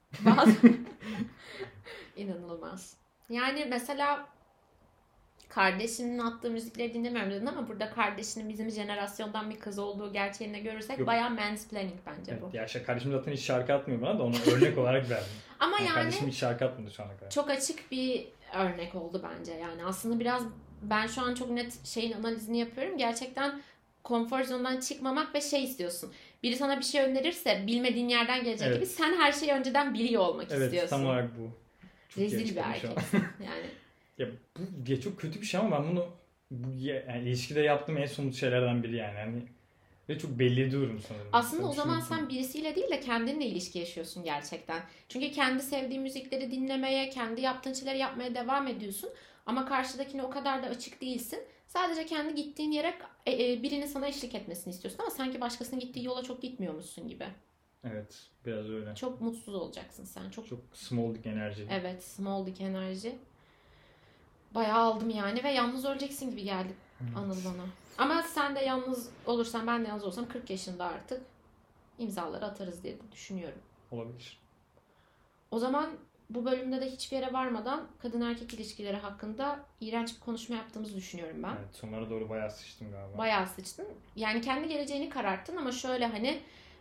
İnanılmaz. Yani mesela kardeşinin attığı müzikleri dinlemiyorum dedin ama burada kardeşinin bizim jenerasyondan bir kız olduğu gerçeğini görürsek
Yok.
bayağı mansplaining bence
Evet,
bu.
ya işte kardeşim zaten hiç şarkı atmıyor bana da onu örnek olarak verdim.
Ama
Yani
yani
kardeşim hiç şarkı atmadı şu ana kadar.
çok açık bir örnek oldu bence. Yani aslında biraz ben şu an çok net şeyin analizini yapıyorum. Gerçekten konfor zonundan çıkmamak ve şey istiyorsun. Biri sana bir şey önerirse bilmediğin yerden gelecek
Evet.
gibi sen her şeyi önceden biliyor olmak
Evet,
istiyorsun.
tam olarak bu. Çok
Rezil bir
açıklamış ama.
erkeksin yani.
Ya bu ya çok kötü bir şey ama ben bunu yani ilişkide yaptığım en somut şeylerden biri yani. Ve çok belli ediyorum sanırım.
Aslında o zaman sen birisiyle değil de kendinle ilişki yaşıyorsun gerçekten. Çünkü kendi sevdiğin müzikleri dinlemeye, kendi yaptığın şeyleri yapmaya devam ediyorsun. Ama karşıdakine o kadar da açık değilsin. Sadece kendi gittiğin yere birinin sana eşlik etmesini istiyorsun. Ama sanki başkasının gittiği yola çok gitmiyormuşsun gibi.
Evet, biraz öyle.
Çok mutsuz olacaksın sen. Çok
small dick enerji.
Evet, small dick enerji. Bayağı aldım yani ve yalnız öleceksin gibi geldi Anıl bana. Ama sen de yalnız olursan, ben de yalnız olursam 40 yaşında artık imzaları atarız diye düşünüyorum.
Olabilir.
O zaman bu bölümde de hiçbir yere varmadan kadın erkek ilişkileri hakkında iğrenç bir konuşma yaptığımızı düşünüyorum ben.
Evet, sonlara doğru bayağı sıçtım galiba.
Bayağı sıçtın. Yani kendi geleceğini kararttın ama şöyle hani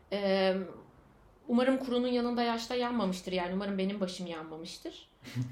umarım kurunun yanında yaşta yanmamıştır. Yani umarım benim başım yanmamıştır.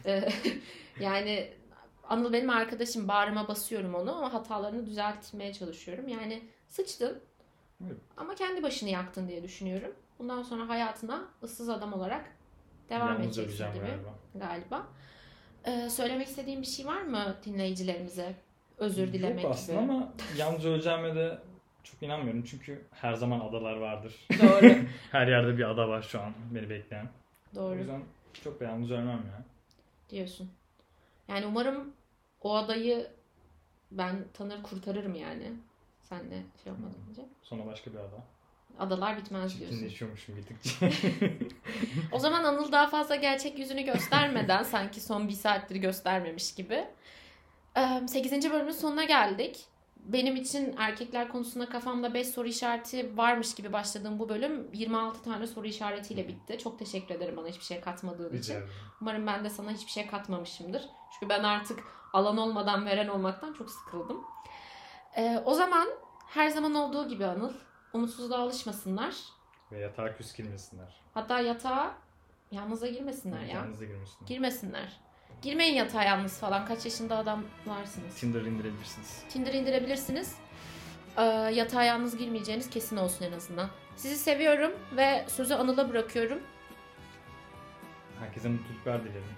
Yani Anıl benim arkadaşım. Bağrıma basıyorum onu ama hatalarını düzeltmeye çalışıyorum. Yani sıçtın
Evet.
ama kendi başını yaktın diye düşünüyorum. Bundan sonra hayatına ıssız adam olarak devam
Yalnız
edeceksin
öleceğim
gibi
galiba.
Söylemek istediğin bir şey var mı dinleyicilerimize? Özür dilemek
Yok aslında
gibi.
ama yalnız öleceğime de çok inanmıyorum. Çünkü her zaman adalar vardır.
Doğru.
Her yerde bir ada var şu an beni bekleyen. O
Doğru
yüzden çok da yalnız ölmem ya.
diyorsun. Yani umarım o adayı ben tanır kurtarırım yani. Senle şey olmadan önce.
Sonra başka bir ada.
Adalar bitmez diyorsun.
Çirkinleşiyormuşum gittikçe.
O zaman Anıl daha fazla gerçek yüzünü göstermeden sanki son bir saattir göstermemiş gibi 8. bölümün sonuna geldik. Benim için erkekler konusunda kafamda 5 soru işareti varmış gibi başladığım bu bölüm 26 tane soru işaretiyle bitti. Çok teşekkür ederim bana hiçbir şey katmadığın için. Umarım ben de sana hiçbir şey katmamışımdır. Çünkü ben artık alan olmadan veren olmaktan çok sıkıldım. O zaman her zaman olduğu gibi Anıl, umutsuzluğa alışmasınlar.
Ve yatağa küs girmesinler.
Hatta yatağa yalnıza girmesinler ya.
Yalnız da girmesinler.
Girmesinler. Girmeyin yatağa yalnız falan. Kaç yaşında adamlarsınız.
Tinder indirebilirsiniz.
Tinder indirebilirsiniz. Yatağa yalnız girmeyeceğiniz kesin olsun en azından. Sizi seviyorum ve sözü Anıl'a bırakıyorum.
Herkese mutluluklar dilerim.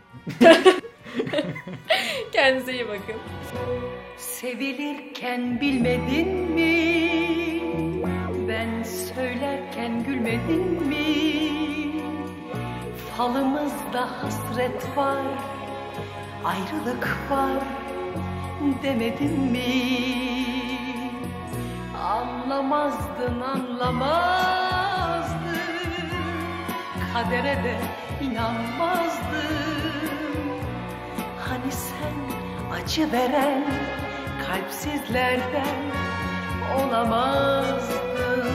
Kendinize iyi bakın.
Sevilirken bilmedin mi? Ben söylerken gülmedin mi? Falımızda hasret var, ayrılık var demedim mi? Anlamazdın, anlamazdın, kadere de inanmazdın. Hani sen acı veren kalpsizlerden olamazdın.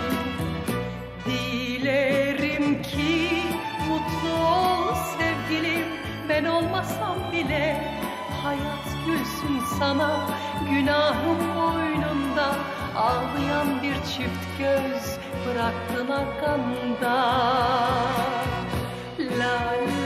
Dilerim ki mutlu ol sevgilim, ben olmasam bile hayat gülsün sana. Günahım boynunda, ağlayan bir çift göz bıraktın arkanda. La